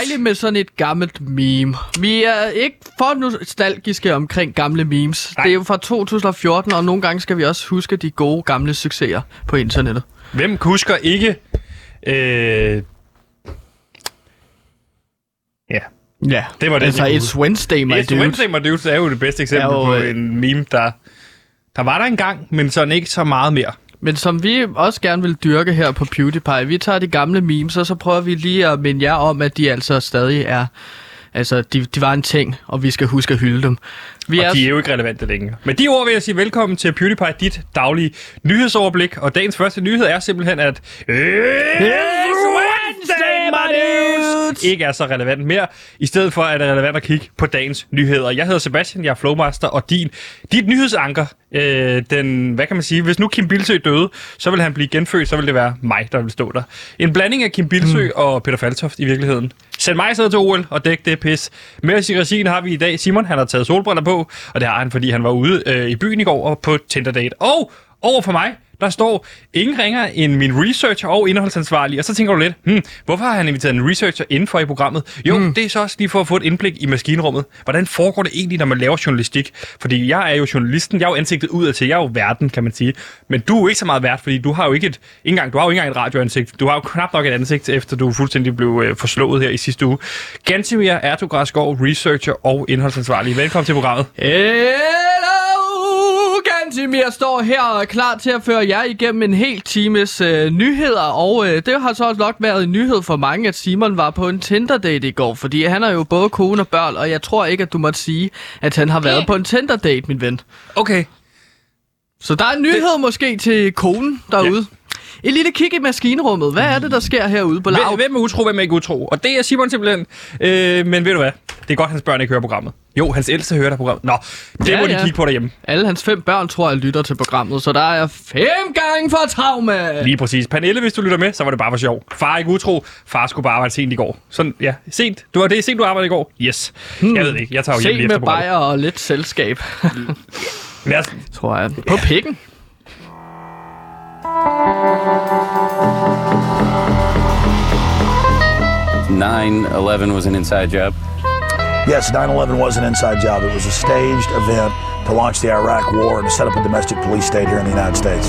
dejligt med sådan et gammelt meme. Vi er ikke for nostalgiske omkring gamle memes. Nej. Det er jo fra 2014, og nogle gange skal vi også huske de gode gamle succeser på internettet. Hvem husker ikke... Ja, det var det. Altså, It's Wednesday, my dude. It's Wednesday, my dude, er jo det bedste eksempel på en meme, der var der engang, men sådan ikke så meget mere. Men som vi også gerne vil dyrke her på PewDiePie, vi tager de gamle memes, og så prøver vi lige at minde jer om, at de altså stadig er... Altså, de var en ting, og vi skal huske at hylde dem. De er jo ikke relevante længere. Med de ord vil jeg sige velkommen til PewDiePie, dit daglige nyhedsoverblik. Og dagens første nyhed er simpelthen, at... ikke er så relevant mere. I stedet for er det relevant at kigge på dagens nyheder. Jeg hedder Sebastian, jeg er Flowmaster, og dit nyhedsanker, hvad kan man sige, hvis nu Kim Bildsøe døde, så vil han blive genfødt, så vil det være mig, der vil stå der. En blanding af Kim Bildsøe og Peter Faltoft i virkeligheden. Send mig så til OL og dæk det pis. Med os i regien har vi i dag Simon, han har taget solbriller på, og det har han, fordi han var ude i byen i går og på Tinder date. Og over for mig, der står ingen ringer end min researcher og indholdsansvarlig. Og så tænker du lidt, hvorfor har han inviteret en researcher indenfor i programmet? Jo, det er så også lige for at få et indblik i maskinrummet. Hvordan foregår det egentlig, når man laver journalistik? Fordi jeg er jo journalisten, jeg er jo ansigtet udadtil, jeg er jo verden, kan man sige. Men du er jo ikke så meget vært, fordi du har jo ikke engang et radioansigt. Du har jo knap nok et ansigt, efter du fuldstændig blev forslået her i sidste uge. Gantemir Ertugrasgaard, researcher og indholdsansvarlig. Velkommen til programmet. Gantemir står her og er klar til at føre jer igennem en hel times nyheder, og det har så også nok været en nyhed for mange, at Simon var på en Tinder-date i går, fordi han er jo både kone og børn, og jeg tror ikke, at du måtte sige, at han har været på en Tinder-date, min ven. Okay. Så der er en nyhed måske til konen derude. Ja. Et lille kig i maskinrummet. Hvad er det, der sker herude på lav? Hvem er utro, hvem er ikke utro? Og det er Simon simpelthen. Men ved du hvad? Det er godt, hans børn ikke hører programmet. Jo, hans ældste hører der programmet. Nå, det må de kigge på derhjemme. Alle hans 5 børn tror jeg lytter til programmet, så der er 5 gange for traume. Lige præcis. Pernille, hvis du lytter med, så var det bare for sjov. Far er ikke utro. Far skulle bare arbejde sent i går. Sådan, ja. Sent. Det var det sent, du arbejdede i går? Yes. Jeg ved ikke. Jeg tager jo hjem lige efter programmet. Sent med bajer og lidt selskab. Tror jeg. På pikken. 9/11 was an inside job? Yes, 9/11 was an inside job. It was a staged event to launch the Iraq War and to set up a domestic police state here in the United States.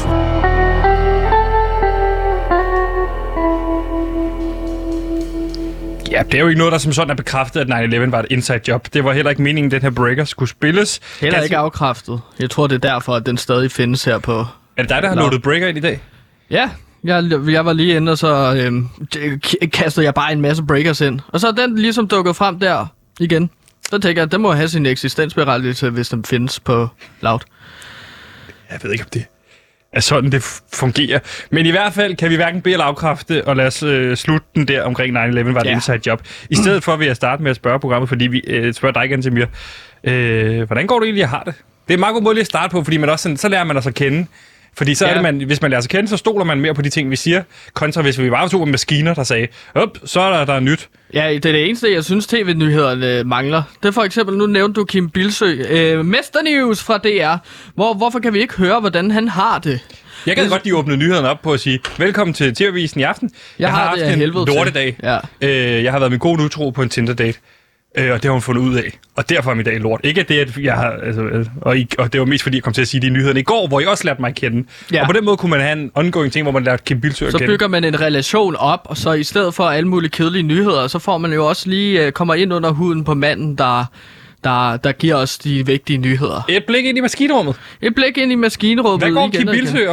Ja, det er jo ikke noget, der som sådan er bekræftet, at 9/11 var et inside job. Det var heller ikke meningen, at den her breaker skulle spilles. Heller ikke afkræftet. Jeg tror, det er derfor, at den stadig findes her på... Er det dig, der har loadet breaker ind i dag? Ja, jeg var lige inde, og så kastede jeg bare en masse breakers ind. Og så er den ligesom dukket frem der igen. Så tænker jeg, at den må have sin eksistensberettigelse, hvis den findes på Loud. Jeg ved ikke, om det er sådan, det fungerer. Men i hvert fald kan vi hverken bede eller afkræfte, og lad os slutte den der omkring 9/11 var et inside job. I stedet for vil jeg starte med at spørge programmet, fordi vi spørger dig, Gantemir. Hvordan går det egentlig, at have det? Det er en meget god måde lige at starte på, fordi man også sådan, så lærer man os at kende. Fordi så er det, hvis man lærer sig kende, så stoler man mere på de ting, vi siger, kontra hvis vi bare tog maskiner, der sagde, så er der nyt. Ja, det er det eneste, jeg synes, tv-nyhederne mangler. Det er for eksempel, nu nævnte du Kim Bildsøe. Mester News fra DR. Hvorfor kan vi ikke høre, hvordan han har det? Jeg kan godt, de åbnede nyhederne op på at sige, velkommen til TV-avisen i aften. Jeg har haft en lortedag. Ja. Jeg har været min gode utro på en Tinder-date. Og det har hun fundet ud af. Og derfor er min dag lort. Ikke at det, at jeg har... Altså, og det var mest fordi, jeg kom til at sige de nyhederne i går, hvor jeg også lærte mig at kende. Ja. Og på den måde kunne man have en ongoing ting, hvor man lærte Kim Bildsøe at kende. Så bygger man en relation op, og så i stedet for alle mulige kedelige nyheder, så får man jo også lige... kommer ind under huden på manden, der giver os de vigtige nyheder. Et blik ind i maskinrummet. Et blik ind i maskinrummet. Hvad går Kim Bildsøe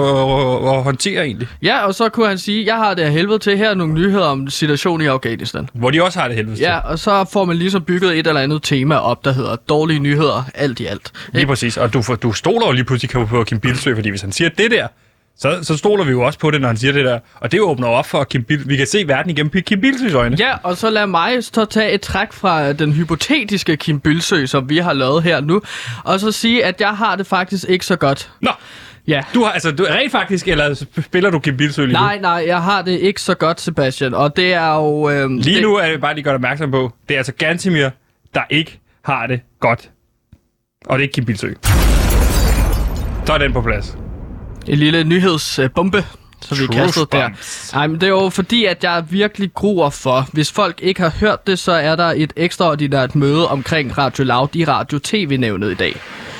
og håndterer egentlig? Ja, og så kunne han sige, jeg har det af helvede til. Her nogle nyheder om situationen i Afghanistan. Hvor de også har det helvede til. Ja, og så får man ligesom bygget et eller andet tema op, der hedder dårlige nyheder, alt i alt. Lige præcis, og du stoler jo lige pludselig på Kim Bildsøe, fordi hvis han siger det der, så stoler vi jo også på det, når han siger det der. Og det åbner op for Kim Bildsøe. Vi kan se verden igennem Kim Bildsøes øjne. Ja, og så lad mig så tage et træk fra den hypotetiske Kim Bildsøe, som vi har lavet her nu, og så sige, at jeg har det faktisk ikke så godt. Nå! Ja. Du rent faktisk, eller spiller du Kim Bildsøe lige nu? Nej, jeg har det ikke så godt, Sebastian, og det er jo... lige nu er det bare lige godt opmærksom på, det er altså Gantemir, der ikke har det godt. Og det er ikke Kim Bildsøe. Så er den på plads. En lille nyhedsbombe, så vi kastede der. Nej, men det er jo fordi, at jeg virkelig gruer for. Hvis folk ikke har hørt det, så er der et ekstraordinært møde omkring Radio Loud i Radio-TV-nævnet i dag.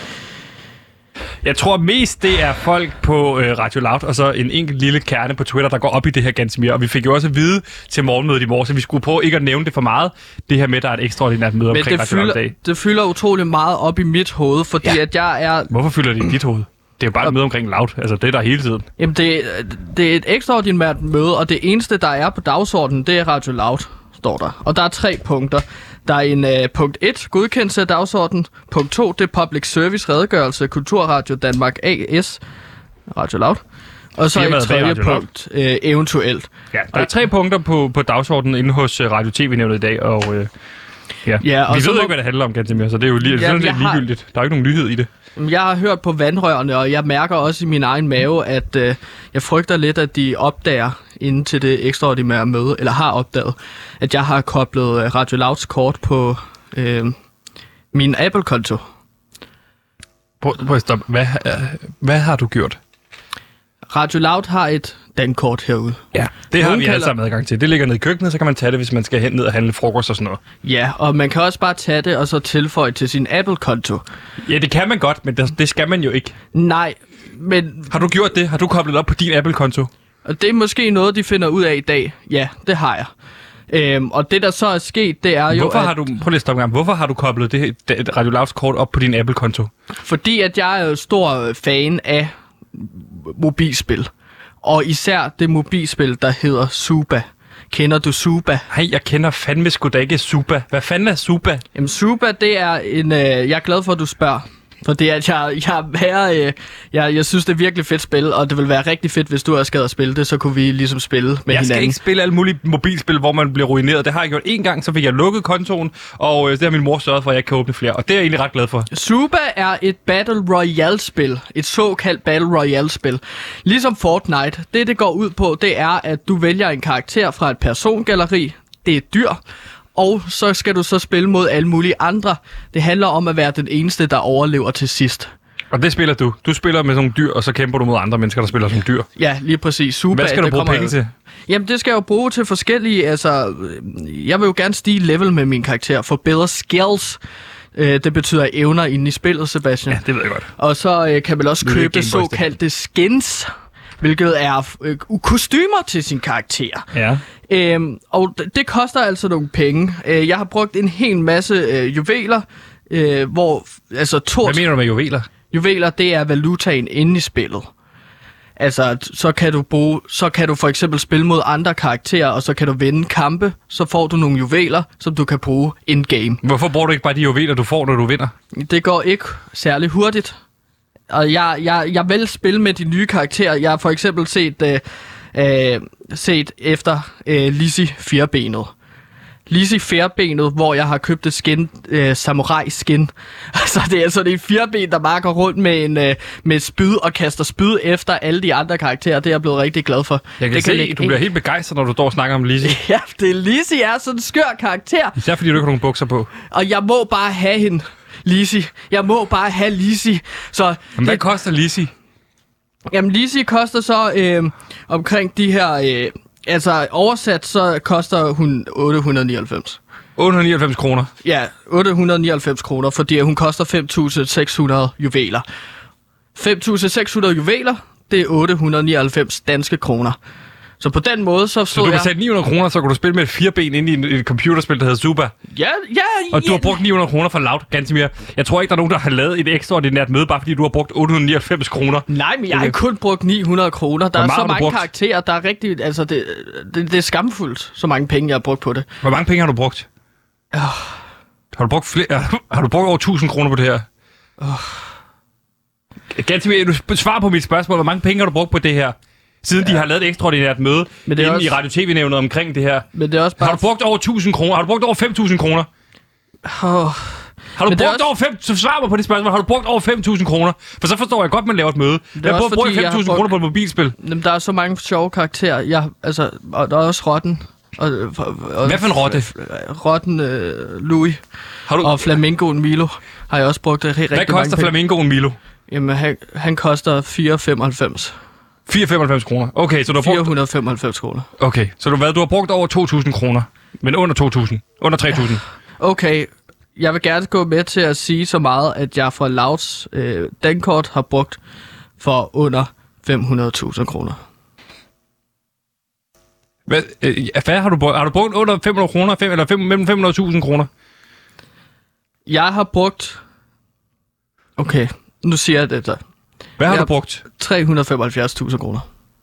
Jeg tror mest, det er folk på Radio Loud, og så en enkelt lille kerne på Twitter, der går op i det her ganske mere. Og vi fik jo også at vide til morgenmødet i morges, at vi skulle prøve ikke at nævne det for meget. Det her med, der er et ekstraordinært møde omkring Radio Loud i dag. Det fylder utrolig meget op i mit hoved, fordi at jeg er... Hvorfor fylder det i dit hoved? Det er jo bare et møde omkring Loud. Altså, det er der hele tiden. Jamen, det er et ekstraordinært møde, og det eneste, der er på dagsordenen, det er Radio Loud, står der. Og der er 3 punkter. Der er en punkt 1, godkendelse af dagsordenen. Punkt 2, det er Public Service redegørelse, Kulturradio Danmark AS, Radio Loud. Og så et 3. punkt, eventuelt. Ja, der er 3 punkter på dagsordenen inde hos Radio TV-nævnet i dag, og... Ja, og vi ved ikke, hvad det handler om, Gantemir, så det er jo ligegyldigt. Der er ikke nogen nyhed i det. Jeg har hørt på vandrørene, og jeg mærker også i min egen mave, at jeg frygter lidt, at de opdager inden til det ekstraordinære møde, eller har opdaget, at jeg har koblet Radio Louds kort på min Apple-konto. Prøv at stoppe. Hvad har du gjort? Radio Loud har et dankort herude. Ja, det har vi alle sammen adgang til. Det ligger nede i køkkenet, så kan man tage det, hvis man skal hen ned og handle frokost og sådan noget. Ja, og man kan også bare tage det og så tilføje til sin Apple-konto. Ja, det kan man godt, men det skal man jo ikke. Nej, men... Har du gjort det? Har du koblet op på din Apple-konto? Og det er måske noget, de finder ud af i dag. Ja, det har jeg. Og det, der så er sket, det er jo, Hvorfor har du koblet det Radio Louds kort op på din Apple-konto? Fordi at jeg er jo stor fan af mobilspil. Og især det mobilspil, der hedder Suba. Kender du Suba? Nej, jeg kender fandme sgu da ikke Suba. Hvad fanden er Suba? Jamen Suba, det er en... jeg er glad for, at du spørger. For det er, at jeg synes, det er virkelig fedt spil, og det vil være rigtig fedt, hvis du også gad at spille det, så kunne vi ligesom spille med hinanden. Jeg skal ikke spille alle mulige mobilspil, hvor man bliver ruineret. Det har jeg gjort en gang, så fik jeg lukket kontoen, og det har min mor sørget for, at jeg kan åbne flere, og det er jeg egentlig ret glad for. Suba er et Battle Royale-spil. Et såkaldt Battle Royale-spil. Ligesom Fortnite. Det går ud på, det er, at du vælger en karakter fra et persongalleri. Det er et dyr. Og så skal du så spille mod alle mulige andre. Det handler om at være den eneste, der overlever til sidst. Og det spiller du? Du spiller med nogle dyr, og så kæmper du mod andre mennesker, der spiller som dyr? Ja, lige præcis. Suba, hvad skal du bruge penge til? Jamen, det skal jeg jo bruge til forskellige... Altså, jeg vil jo gerne stige level med min karakter. Få bedre skills. Det betyder evner inde i spillet, Sebastian. Ja, det ved jeg godt. Og så kan man også købe såkaldte skins, hvilket er kostymer til sin karakter. Ja. Og det koster altså nogle penge. Jeg har brugt en hel masse juveler, hvor... Altså, hvad mener du med juveler? Juveler, det er valutaen inde i spillet. Altså, så kan du for eksempel spille mod andre karakterer, og så kan du vinde kampe, så får du nogle juveler, som du kan bruge in-game. Hvorfor bruger du ikke bare de juveler, du får, når du vinder? Det går ikke særlig hurtigt. Og jeg vil spille med de nye karakterer. Jeg har for eksempel set efter Lizzie Firbenet. Lizzie Firbenet, hvor jeg har købt et skin, samurai skin. Altså det er sådan en firben, der bare går rundt med et spyd og kaster spyd efter alle de andre karakterer. Det er jeg blevet rigtig glad for. Jeg kan se, du bliver helt begejstret, når du står og snakker om Lizzie. Ja, Lizzie er sådan en skør karakter. Især fordi du ikke har nogen bukser på. Og jeg må bare have hende. Lizzie. Jeg må bare have Lizzie. Så hvad koster Lizzie? Jamen, Lizzie koster så omkring de her... altså, oversat, så koster hun 899. 899 kroner? Ja, 899 kroner, fordi hun koster 5.600 juveler. 5.600 juveler, det er 899 danske kroner. Så på den måde, så du kan sætte 900 kroner, så kan du spille med et fireben inde i et computerspil, der hedder Suba. Ja. Og du har brugt 900 kroner for Loud, Gantemir. Jeg tror ikke, der er nogen, der har lavet et ekstraordinært møde, bare fordi du har brugt 899 kroner. Nej, men jeg har kun brugt 900 kroner. Der er så mange karakterer, der er rigtig... Altså, det er skamfuldt, så mange penge, jeg har brugt på det. Hvor mange penge har du brugt? Har du brugt flere? Har du brugt over 1000 kroner på det her? Gantemir, du svarer på mit spørgsmål. Hvor mange penge har du brugt på det her? Siden de har lavet et ekstraordinært møde inde i Radio TV-nævnet omkring det her. Men det er også bare... Har du brugt over 1000 kroner? Har du brugt over 5000 kroner? Har du brugt over 5... Så svar mig på det spørgsmål. Har du brugt over 5000 kroner? For så forstår jeg godt, man laver et møde. Jeg har brugt 5000 kroner på et mobilspil. Jamen, der er så mange sjove karakterer. Og der er også Rotten. Hvad for en rotte? Rotten Louis. Og Flamingoen Milo har jeg også brugt rigtig mange penge. Hvad koster Flamingoen Milo? Jamen, han koster 4,95. 495 kroner. Okay, så du har brugt... 495 kroner. Okay, så du har brugt over 2.000 kroner, men under 2.000. Under 3.000. Okay, jeg vil gerne gå med til at sige så meget, at jeg fra Louds dankort har brugt for under 500.000 kroner. Hvad har du brugt? Har du brugt under 500 kroner, eller mellem 500.000 kroner? Jeg har brugt... Okay, nu siger jeg det der. Hvad har du brugt? 375.000 kroner.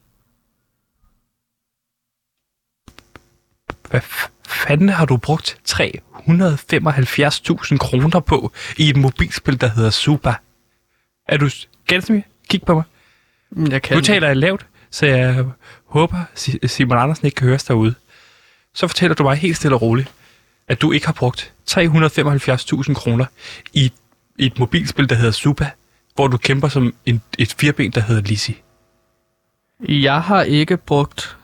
Hvad fanden har du brugt 375.000 kroner på i et mobilspil, der hedder Super? Er du... Ganske kig på mig. Jeg kan... Nu taler jeg lavt, så jeg håber, Simon Andersen ikke kan høres derude. Så fortæller du mig helt stille og roligt, at du ikke har brugt 375.000 kroner i et mobilspil, der hedder Super, hvor du kæmper som et fireben, der hedder Lizzie. Jeg har ikke brugt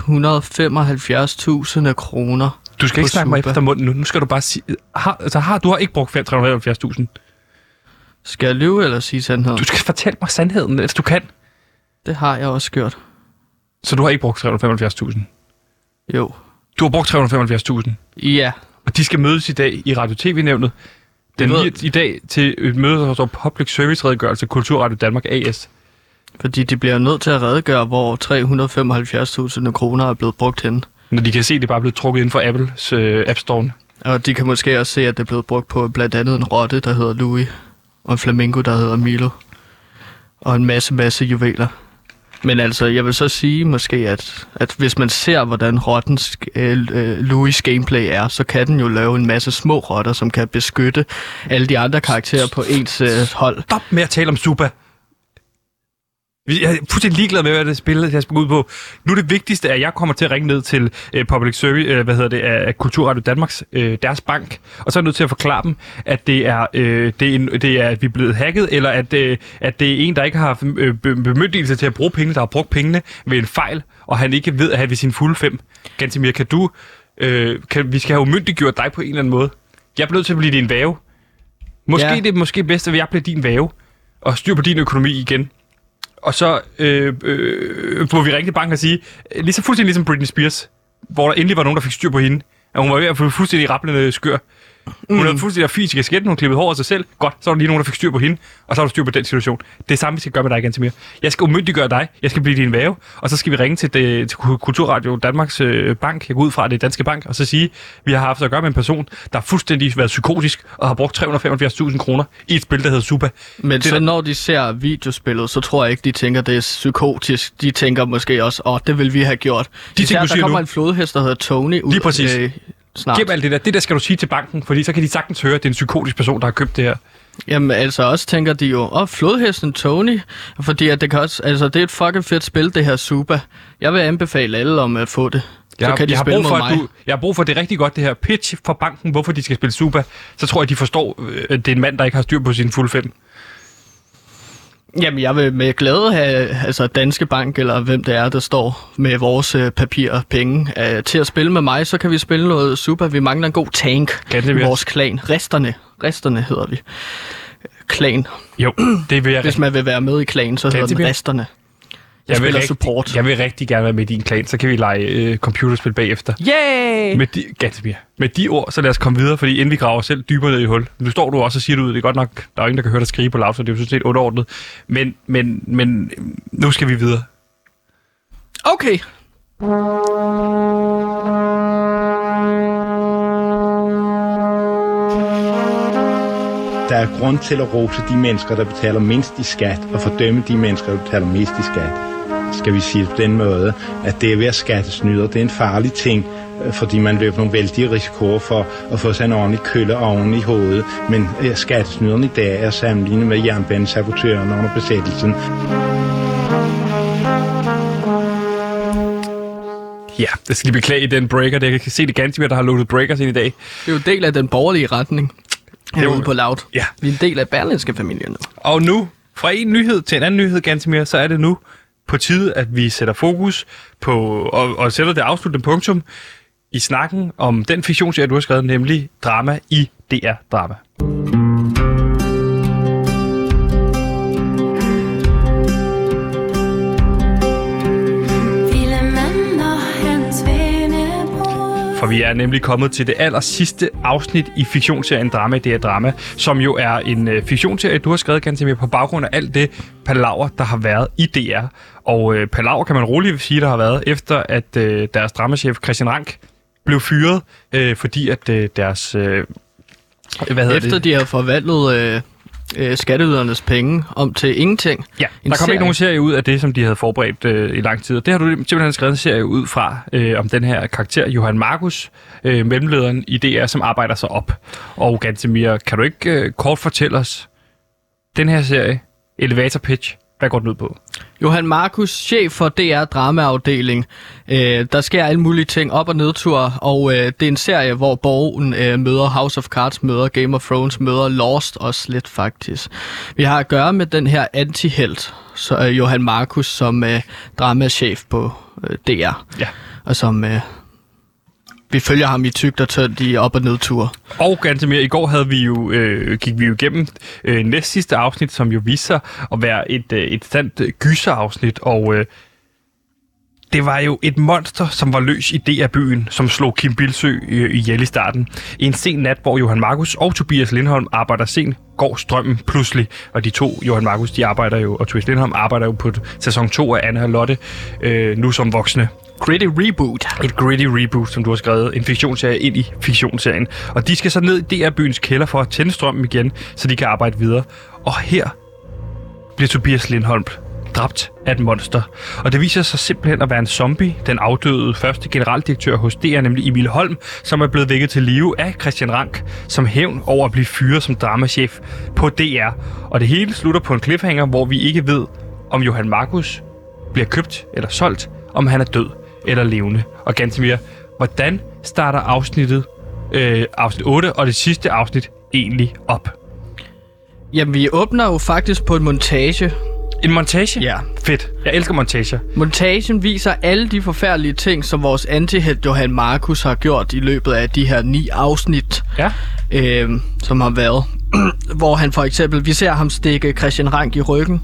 375.000 kroner. Du skal ikke snakke mig efter munden nu. Nu skal du bare sige... Du har ikke brugt 375.000. Skal jeg lyve eller sige sandheden? Du skal fortælle mig sandheden, hvis du kan. Det har jeg også gjort. Så du har ikke brugt 375.000? Jo. Du har brugt 375.000? Ja. Og de skal mødes i dag i Radio-TV-nævnet. I dag til et møde, der står Public Service-redegørelse Kulturradio Danmark AS. Fordi de bliver nødt til at redegøre, hvor 375.000 kroner er blevet brugt henne. Når de kan se, at det bare er blevet trukket inden for Apples App Store. Og de kan måske også se, at det er blevet brugt på blandt andet en rotte, der hedder Louis. Og en flamingo, der hedder Milo. Og en masse juveler. Men altså, jeg vil så sige måske, at hvis man ser, hvordan rottens Louis gameplay er, så kan den jo lave en masse små rotter, som kan beskytte alle de andre karakterer på ens hold. Stop med at tale om Super. Jeg er fuldstændig ligeglad med, hvad det spil, jeg skal ud på. Nu er det vigtigste, at jeg kommer til at ringe ned til Public Service, af Kulturradio Danmarks, deres bank, og så er jeg nødt til at forklare dem, at det er, at vi er blevet hacket, eller at det er en, der ikke har bemyndigelse til at bruge penge, der har brugt pengene ved en fejl, og han ikke ved at have ved sin fulde 5. Gantemir, vi skal have umyndiggjort dig på en eller anden måde. Jeg bliver nødt til at blive din værge. Det er måske bedst, at jeg bliver din værge, og styr på din økonomi igen. Og så må vi ringe til banken og sige, fuldstændig ligesom Britney Spears, hvor der endelig var nogen, der fik styr på hende. At hun var ved at få fuldstændig rablende skør. Hun havde fuldstændig fysisk kasketten, hun klippede hår af sig selv. Godt, så var der lige nogen, der fik styr på hende, og så har du styr på den situation. Det er samme, vi skal gøre med dig, Gantemir. Jeg skal umyndiggøre dig, jeg skal blive din værge, og så skal vi ringe til Kulturradio Danmarks bank, jeg går ud fra det Danske Bank, og så sige, vi har haft at gøre med en person, der har fuldstændig været psykotisk, og har brugt 375.000 kroner i et spil, der hedder Super. Men så når de ser videospillet, så tror jeg ikke, de tænker, det er psykotisk. De tænker måske også, det vil vi have gjort. Der kommer en flodhest, der hedder Tony ud. Lige præcis. Snart. Gem alt det der. Det der skal du sige til banken, fordi så kan de sagtens høre, at det er en psykotisk person, der har købt det her. Jamen altså også tænker de jo, flodhesten Tony, fordi at det kan også, altså det er et fucking fedt spil, det her Super. Jeg vil anbefale alle om at få det. Så kan de spille mod mig. Jeg har brug for, det er rigtig godt det her pitch for banken, hvorfor de skal spille Super. Så tror jeg, de forstår, at det er en mand, der ikke har styr på sin fulde 5. Jamen, jeg vil med glæde have Danske Bank, eller hvem det er, der står med vores papir og penge til at spille med mig. Så kan vi spille noget Super. Vi mangler en god tank i vores klan. Resterne hedder vi. Klan. Jo, det vil jeg. Hvis man vil være med i klan, så hedder den Resterne. Jeg vil rigtig gerne være med i din klan, så kan vi lege computerspil bagefter. Yay! Med de ord, så lad os komme videre, fordi inden vi graver selv dybere ned i hul. Nu står du også og siger det ud, det er godt nok, der er ingen, der kan høre dig skrige på lav, så det er jo sådan set underordnet. Men nu skal vi videre. Okay. Der er grund til at rose de mennesker, der betaler mindst i skat, og fordømme de mennesker, der betaler mest i skat. Skal vi sige på den måde, at det at være skattesnyder, det er en farlig ting, fordi man løber nogle vældige risikoer for at få sig en ordentlig kølle oven i hovedet. Men skattesnyderne i dag er sammenlignet med jernbanesabotørerne under besættelsen. Ja, det skal lige beklage den breaker. Jeg kan se det ganske der har loadet breakers ind i dag. Det er jo en del af den borgerlige retning. Herude på Loud. Ja. Vi er en del af Berlingske familien nu. Og nu, fra en nyhed til en anden nyhed, Gantemir, så er det nu på tide, at vi sætter fokus på, og sætter det afsluttende punktum i snakken om den fiktionsserie, du har skrevet, nemlig drama i DR Drama. for vi er nemlig kommet til det aller sidste afsnit i fiktionsserien Drama i DR Drama, som jo er en fiktionsserie, du har skrevet, Gantemir, på baggrund af alt det palaver, der har været i DR. Og palaver kan man roligt sige, der har været, efter at deres dramachef Christian Rank blev fyret, fordi at deres... Efter de har forvandlet skatteydernes penge om til ingenting. Ja, der kom ikke nogen serie ud af det, som de havde forberedt i lang tid. Det har du simpelthen skrevet en serie ud fra om den her karakter, Johan Markus, mellemlederen i DR, som arbejder sig op. Og Gantemir, kan du ikke kort fortælle os den her serie, Elevator Pitch, hvad går den ud på? Johan Markus, chef for DR Dramaafdeling. Der sker alle mulige ting, op- og nedture, og det er en serie, hvor Borgen møder House of Cards, møder Game of Thrones, møder Lost også lidt faktisk. Vi har at gøre med den her antihelt, så Johan Markus som dramachef på DR. Ja. Og som... vi følger ham i tygt og tyndt i op- og nedture. Og Gantemir, i går gik vi jo igennem næst sidste afsnit, som jo viser sig at være et sandt gyserafsnit, og det var jo et monster, som var løs i DR-byen, som slog Kim Bildsøe ihjel i starten. I en sen nat, hvor Johan Markus og Tobias Lindholm arbejder sent, går strømmen pludselig. Og de to, Johan Markus, de arbejder jo, og Tobias Lindholm arbejder jo på sæson 2 af Anne og Lotte, nu som voksne. Gritty reboot. Et gritty reboot, som du har skrevet, en fiktionsserie ind i fiktionsserien. Og de skal så ned i DR-byens kælder for at tænde strømmen igen, så de kan arbejde videre. Og her bliver Tobias Lindholm dræbt af et monster. Og det viser sig simpelthen at være en zombie, den afdøde første generaldirektør hos DR, nemlig Emil Holm, som er blevet vækket til live af Christian Rank, som hævn over at blive fyret som dramachef på DR. Og det hele slutter på en cliffhanger, hvor vi ikke ved, om Johan Markus bliver købt eller solgt, om han er død eller levende. Og Gantemir, hvordan starter afsnit 8 og det sidste afsnit egentlig op? Jamen, vi åbner jo faktisk på en montage. En montage? Ja. Fedt. Jeg elsker montager. Montagen viser alle de forfærdelige ting, som vores antihelt Johan Markus har gjort i løbet af de her 9 afsnit, Ja. som har været. Hvor han for eksempel, vi ser ham stikke Christian Rank i ryggen.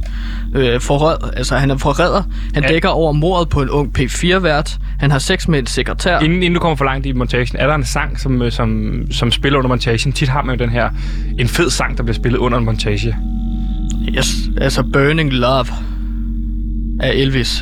Han er forræder. Han dækker over mordet på en ung P4-vært. Han har sex med en sekretær. Inden du kommer for langt i montagen, er der en sang, som spiller under montagen? Tit har man jo den her, en fed sang, der bliver spillet under en montage. Yes, altså Burning Love af Elvis.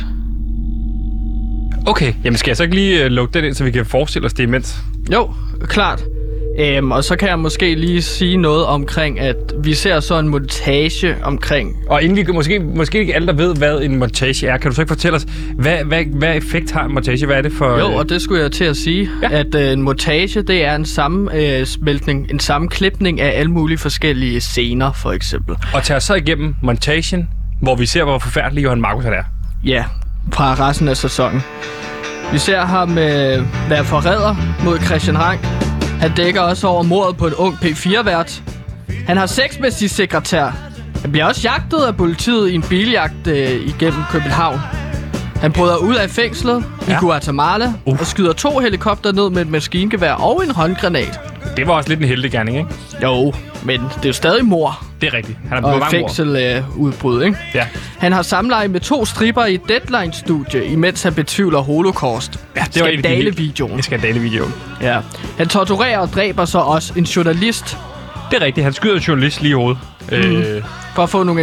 Okay, jamen skal jeg så ikke lige lukke den ind, så vi kan forestille os det imens? Jo, klart. Og så kan jeg måske lige sige noget omkring, at vi ser så en montage omkring... Og inden vi måske ikke alle, der ved, hvad en montage er, kan du så ikke fortælle os, hvad effekt har en montage? Hvad er det for... Jo, og det skulle jeg til at sige, at en montage, det er en sammensmeltning, en sammenklipning af alle mulige forskellige scener, for eksempel. Og tager så igennem montagen, hvor vi ser, hvor forfærdelig Johan Markus er. Ja, fra resten af sæsonen. Vi ser ham være forræder mod Christian Rank. Han dækker også over mordet på en ung P4-vært. Han har sex med sin sekretær. Han bliver også jagtet af politiet i en biljagt igennem København. Han bryder ud af fængslet i Guatemala og skyder 2 helikopter ned med et maskingevær og en håndgranat. Det var også lidt en heldig gerning, ikke? Jo, men det er jo stadig mord. Det er rigtigt. Han har Og begået mange mord. fængseludbrud, ikke? Ja. Han har samleje med 2 stripper i Deadline-studie, imens han betvivler holocaust. Ja, det var Skandalevideoen. Skandalevideoen. Ja. Han torturerer og dræber så også en journalist Det er rigtigt. Han skyder en journalist lige i hovedet. for at få nogle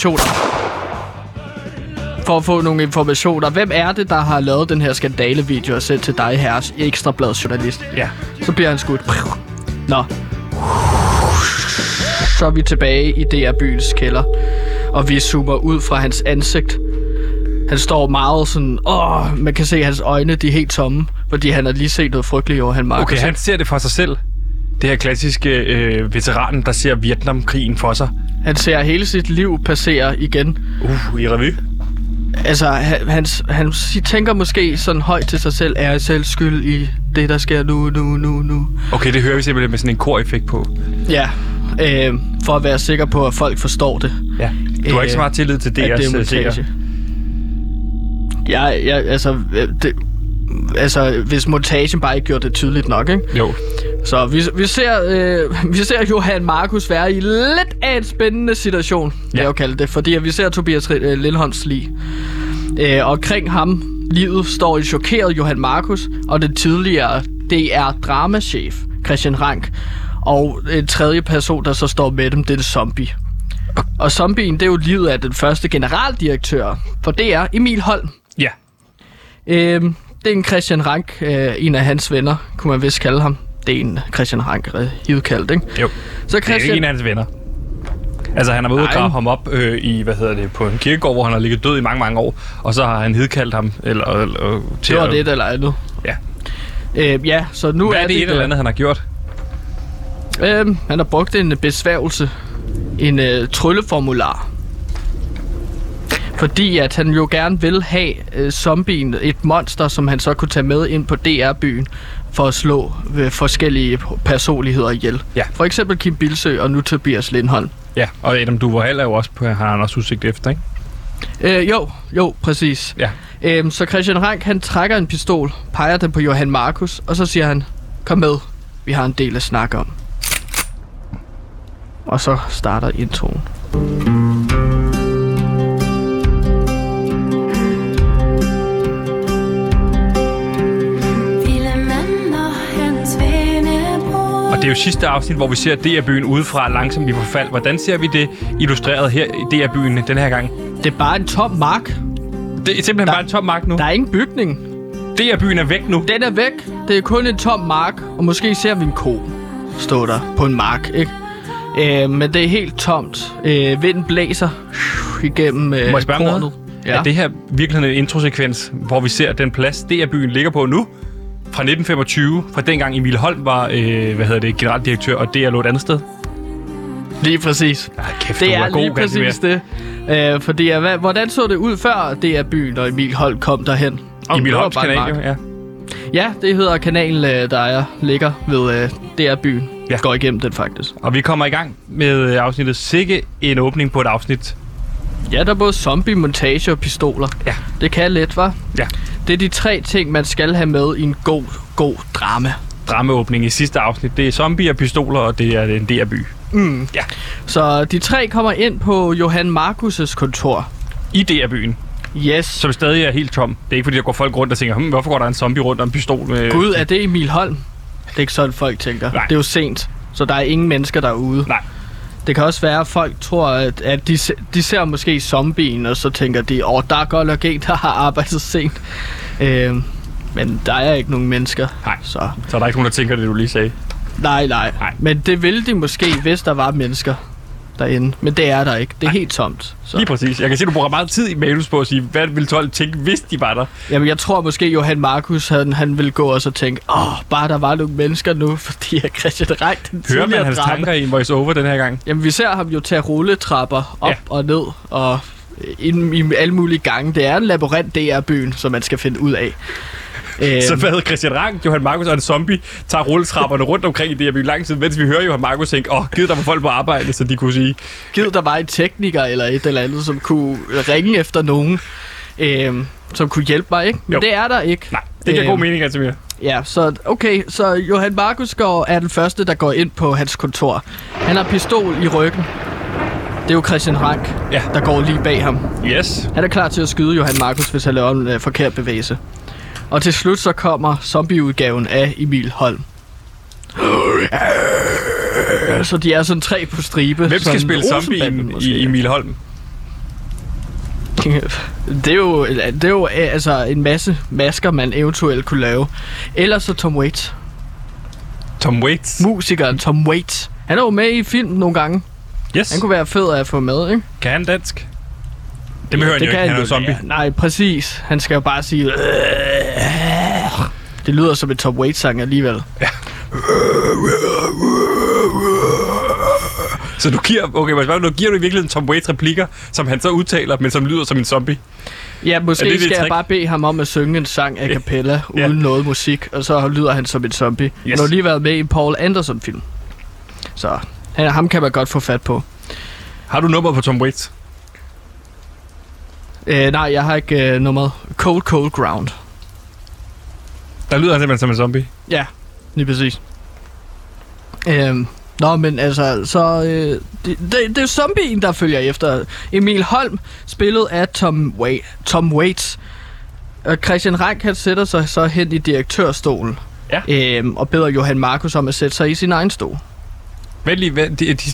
informationer. Hvem er det, der har lavet den her skandalevideo og sendt til dig, herres Ekstrabladets journalist? Ja. Så bliver han skudt. Nå. Så er vi tilbage i DR-byens kælder, og vi zoomer ud fra hans ansigt. Han står meget sådan... man kan se, at hans øjne de er helt tomme, fordi han har lige set noget frygteligt over Johan Markus. Okay, han ser det for sig selv. Det her klassiske veteranen, der ser Vietnamkrigen for sig. Han ser hele sit liv passere igen. I revy. Altså, han tænker måske sådan højt til sig selv, er jeg selv skyld i det, der sker nu? Okay, det hører vi simpelthen med sådan en koreffekt på. Ja, for at være sikker på, at folk forstår det. Ja. Du har ikke så meget tillid til DR's seere. Altså, hvis montagen bare ikke gjorde det tydeligt nok, ikke? Jo. Så vi ser Johan Markus være i lidt af en spændende situation, vil jeg jo kalde det, fordi vi ser Tobias Lindholms lig. Og omkring ham, livet, står en chokeret Johan Markus og den tidligere det er dramachef Christian Rank. Og en tredje person, der så står med dem, det er en zombie. Og zombien, det er jo livet af den første generaldirektør for DR, Emil Holm. Ja. Det er en Christian Rank, en af hans venner, kunne man vist kalde ham. Det er en Christian Rank, hidkaldt, ikke? Jo. Så Det er ikke en af hans venner. Altså, han har været ude og grave ham op på en kirkegård, hvor han har ligget død i mange, mange år. Og så har han hidkaldt ham til det var det eller andet. Ja. Så nu Hvad er det et eller andet, han har gjort? Han har brugt en besværgelse. En trylleformular. Fordi at han jo gerne vil have zombien, et monster, som han så kunne tage med ind på DR-byen for at slå forskellige personligheder ihjel. Ja. For eksempel Kim Bildsøe og nu Tobias Lindholm. Ja, og Adam Duverhall er jo også på, har han også udsigt efter, ikke? Jo, præcis. Ja. Så Christian Rank, han trækker en pistol, peger den på Johan Markus, og så siger han, kom med, vi har en del at snakke om. Og så starter introen. Og det er jo sidste afsnit, hvor vi ser DR-byen udefra langsomt i forfald. Hvordan ser vi det illustreret her i DR-byen den her gang? Det er bare en tom mark. Det er simpelthen bare en tom mark nu. Der er ingen bygning. DR-byen er væk nu. Den er væk. Det er kun en tom mark, og måske ser vi en ko stå der på en mark, ikke? Men det er helt tomt. Vinden blæser igennem kornet. Ja. Er det her virkelig en introsekvens, hvor vi ser den plads, DR-byen ligger på nu? Fra 1925, fra dengang Emil Holm var generaldirektør, og DR lå et andet sted? Lige præcis. Ja, kæft, det er god, lige præcis det. Fordi hvordan så det ud før DR-byen, når Emil Holm kom derhen? Emil Holms kanal, jo, ja. Ja, det hedder kanalen, der ligger ved DR-byen. Ja. Går igennem den faktisk. Og vi kommer i gang med afsnittet. Sikke en åbning på et afsnit. Ja, der er både zombie, montage og pistoler. Ja. Det kan lidt, hva'? Ja. Det er de 3 ting, man skal have med i en god drama. Dramaåbning i sidste afsnit. Det er zombier, pistoler, og det er en DR-by. Ja. Så de 3 kommer ind på Johan Markus' kontor. I DR-byen. Yes. Som stadig er helt tom. Det er ikke fordi, der går folk rundt og tænker, hvorfor går der en zombie rundt og en pistol med... Gud, er det Emil Holm? Det er ikke sådan, folk tænker. Nej. Det er jo sent, så der er ingen mennesker derude. Nej. Det kan også være, at folk tror, at de ser måske zombien, og så tænker de, der er godt nok en, der har arbejdet sent. Men der er ikke nogen mennesker. Nej, så er der ikke nogen, der tænker det, du lige sagde. Nej. Men det ville de måske, hvis der var mennesker derinde. Men det er der ikke. Det er helt tomt. Så. Lige præcis. Jeg kan se, at du bruger meget tid i manus på at sige, hvad ville 12 tænke, hvis de var der? Jamen, jeg tror måske, Johan Markus, han ville gå og så tænke, bare der var nogle mennesker nu, fordi jeg Christian Rank, den hører man hans drama. tanker i en voice-over den her gang? Jamen, vi ser ham jo tage rulletrapper op og ned, og i alle mulige gange. Det er en labyrint, det er byen, som man skal finde ud af. Så hvad hedder Christian Rank, Johan Markus og en zombie tager rulletrapperne rundt omkring i det her by lang tid, mens vi hører Johan Markus tænke, givet der var folk på arbejde, så de kunne sige... Givet der var en tekniker eller et eller andet, som kunne ringe efter nogen, som kunne hjælpe mig, ikke? Men jo. Det er der ikke. Nej, det giver god mening, altså mere. Ja, så Johan Markus er den første, der går ind på hans kontor. Han har pistol i ryggen. Det er jo Christian Rank, der går lige bag ham. Yes. Han er klar til at skyde Johan Markus, hvis han laver en forkert bevægelse. Og til slut så kommer zombieudgaven af Emil Holm. Så de er sådan 3 på stribe. Hvem skal spille zombien i Emil Holm? Det er jo altså en masse masker, man eventuelt kunne lave. Ellers så Tom Waits. Tom Waits? Musikeren Tom Waits. Han er jo med i film nogle gange. Yes. Han kunne være fed at få med, ikke? Kan han dansk? Det behøver han jo ikke, han er jo zombie. Ja, nej, præcis. Han skal jo bare sige... Det lyder som en Tom Waits-sang alligevel. Ja. Så du giver... Okay, nu giver du i virkeligheden Tom Waits replikker, som han så udtaler, men som lyder som en zombie. Ja, måske skal jeg bare bede ham om at synge en sang a cappella, uden noget musik, og så lyder han som en zombie. Yes. Han har lige været med i en Paul Anderson-film. Så ham kan man godt få fat på. Har du nummeret på Tom Waits? Nej, jeg har ikke nummeret. Cold Ground. Der lyder han simpelthen som en zombie? Ja, lige præcis. Men altså, så... det er zombien, der følger efter. Emil Holm, spillet af Tom Waits. Og Christian Rank, han sætter sig så hen i direktørstolen. Ja. Og beder Johan Markus om at sætte sig i sin egen stol. Vent lige,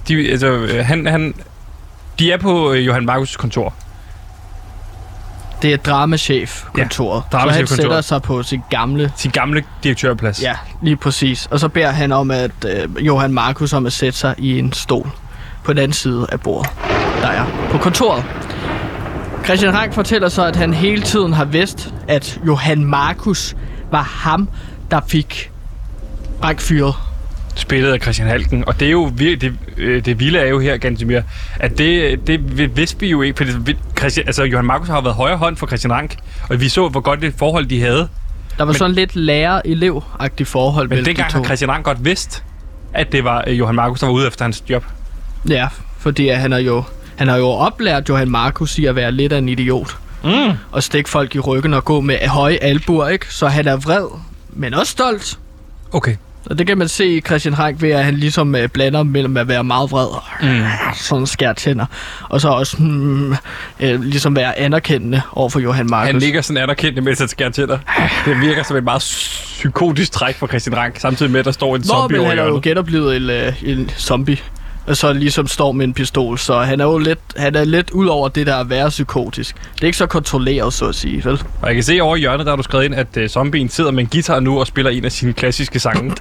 de er på Johan Markus' kontor. Det er dramachef-kontoret. Ja, så han dramachef-kontoret. sætter sig på sin gamle direktørplads. Ja, lige præcis. Og så beder han om, at Johan Markus om at sætte sig i en stol på den anden side af bordet, der er på kontoret. Christian Rank fortæller så, at han hele tiden har vidst, at Johan Markus var ham, der fik Rank fyret. Spillet af Christian Halken. Og det er jo det vilde er jo her, Gantemir, at det vidste vi jo ikke. For Johan Markus har været højre hånd for Christian Rank, og vi så, hvor godt det forhold, de havde. Der var sådan lidt lærer-elev-agtigt forhold men mellem de to. Men dengang har Christian Rank godt vidst, at det var Johan Markus, der var ude efter hans job. Ja, fordi han har jo oplært Johan Markus i at være lidt af en idiot. Og stikke folk i ryggen og gå med høje albuer, ikke? Så han er vred, men også stolt. Okay. Og det kan man se i Christian Rank ved, at han ligesom blander mellem at være meget vred og sådan skære tænder. Og så også ligesom være anerkendende over for Johan Markus. Han ligger sådan anerkendende, mens han skærer tænder. Det virker som et meget psykotisk træk for Christian Rank, samtidig med, at der står en zombie over han er jo hjørnet. genoplevet en zombie. Og så ligesom står med en pistol, så han er lidt ud over det der at være psykotisk. Det er ikke så kontrolleret, så at sige, vel? Og jeg kan se over i hjørnet, der har du skrevet ind, at zombien sidder med en guitar nu og spiller en af sine klassiske sange.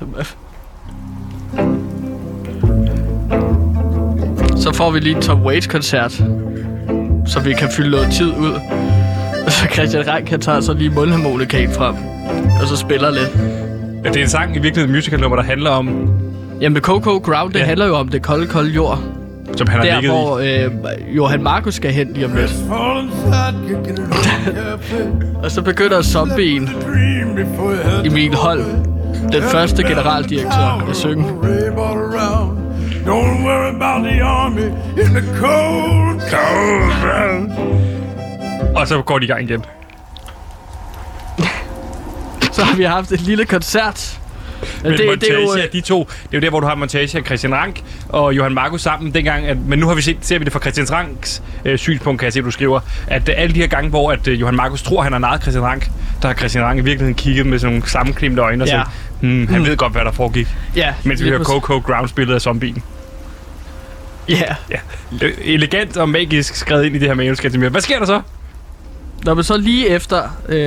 Så får vi lige en Tom Waits-koncert, så vi kan fylde noget tid ud. Og så Christian Rank kan tage så lige mundharmonikaen frem, og så spiller lidt. Ja, det er en sang, i virkeligheden et musicalnummer, der handler om... Jamen, Coco Ground, det handler jo om det kolde jord. Som han har der, ligget hvor Johan Markus skal hen lige om lidt. Og så begynder zombien Emil Holm, den første generaldirektør, at synge. Don't worry about the army in the cold. Og så går de i gang igen. Så har vi haft et lille koncert. Men montage af de to, det er jo der, hvor du har montage af Christian Rank og Johan Markus sammen dengang, men nu har ser vi det fra Christian Ranks synspunkt, kan jeg se, du skriver, at alle de her gange, hvor at Johan Markus tror, han har narret Christian Rank, der har Christian Rank i virkeligheden kigget med sådan nogle sammenklemte øjne og sagt, han ved godt, hvad der foregik. Ja, mens vi hører Coco Ground-spillet af zombien. Ja. Elegant og magisk skrevet ind i det her manus. Hvad sker der så? Når man så lige efter...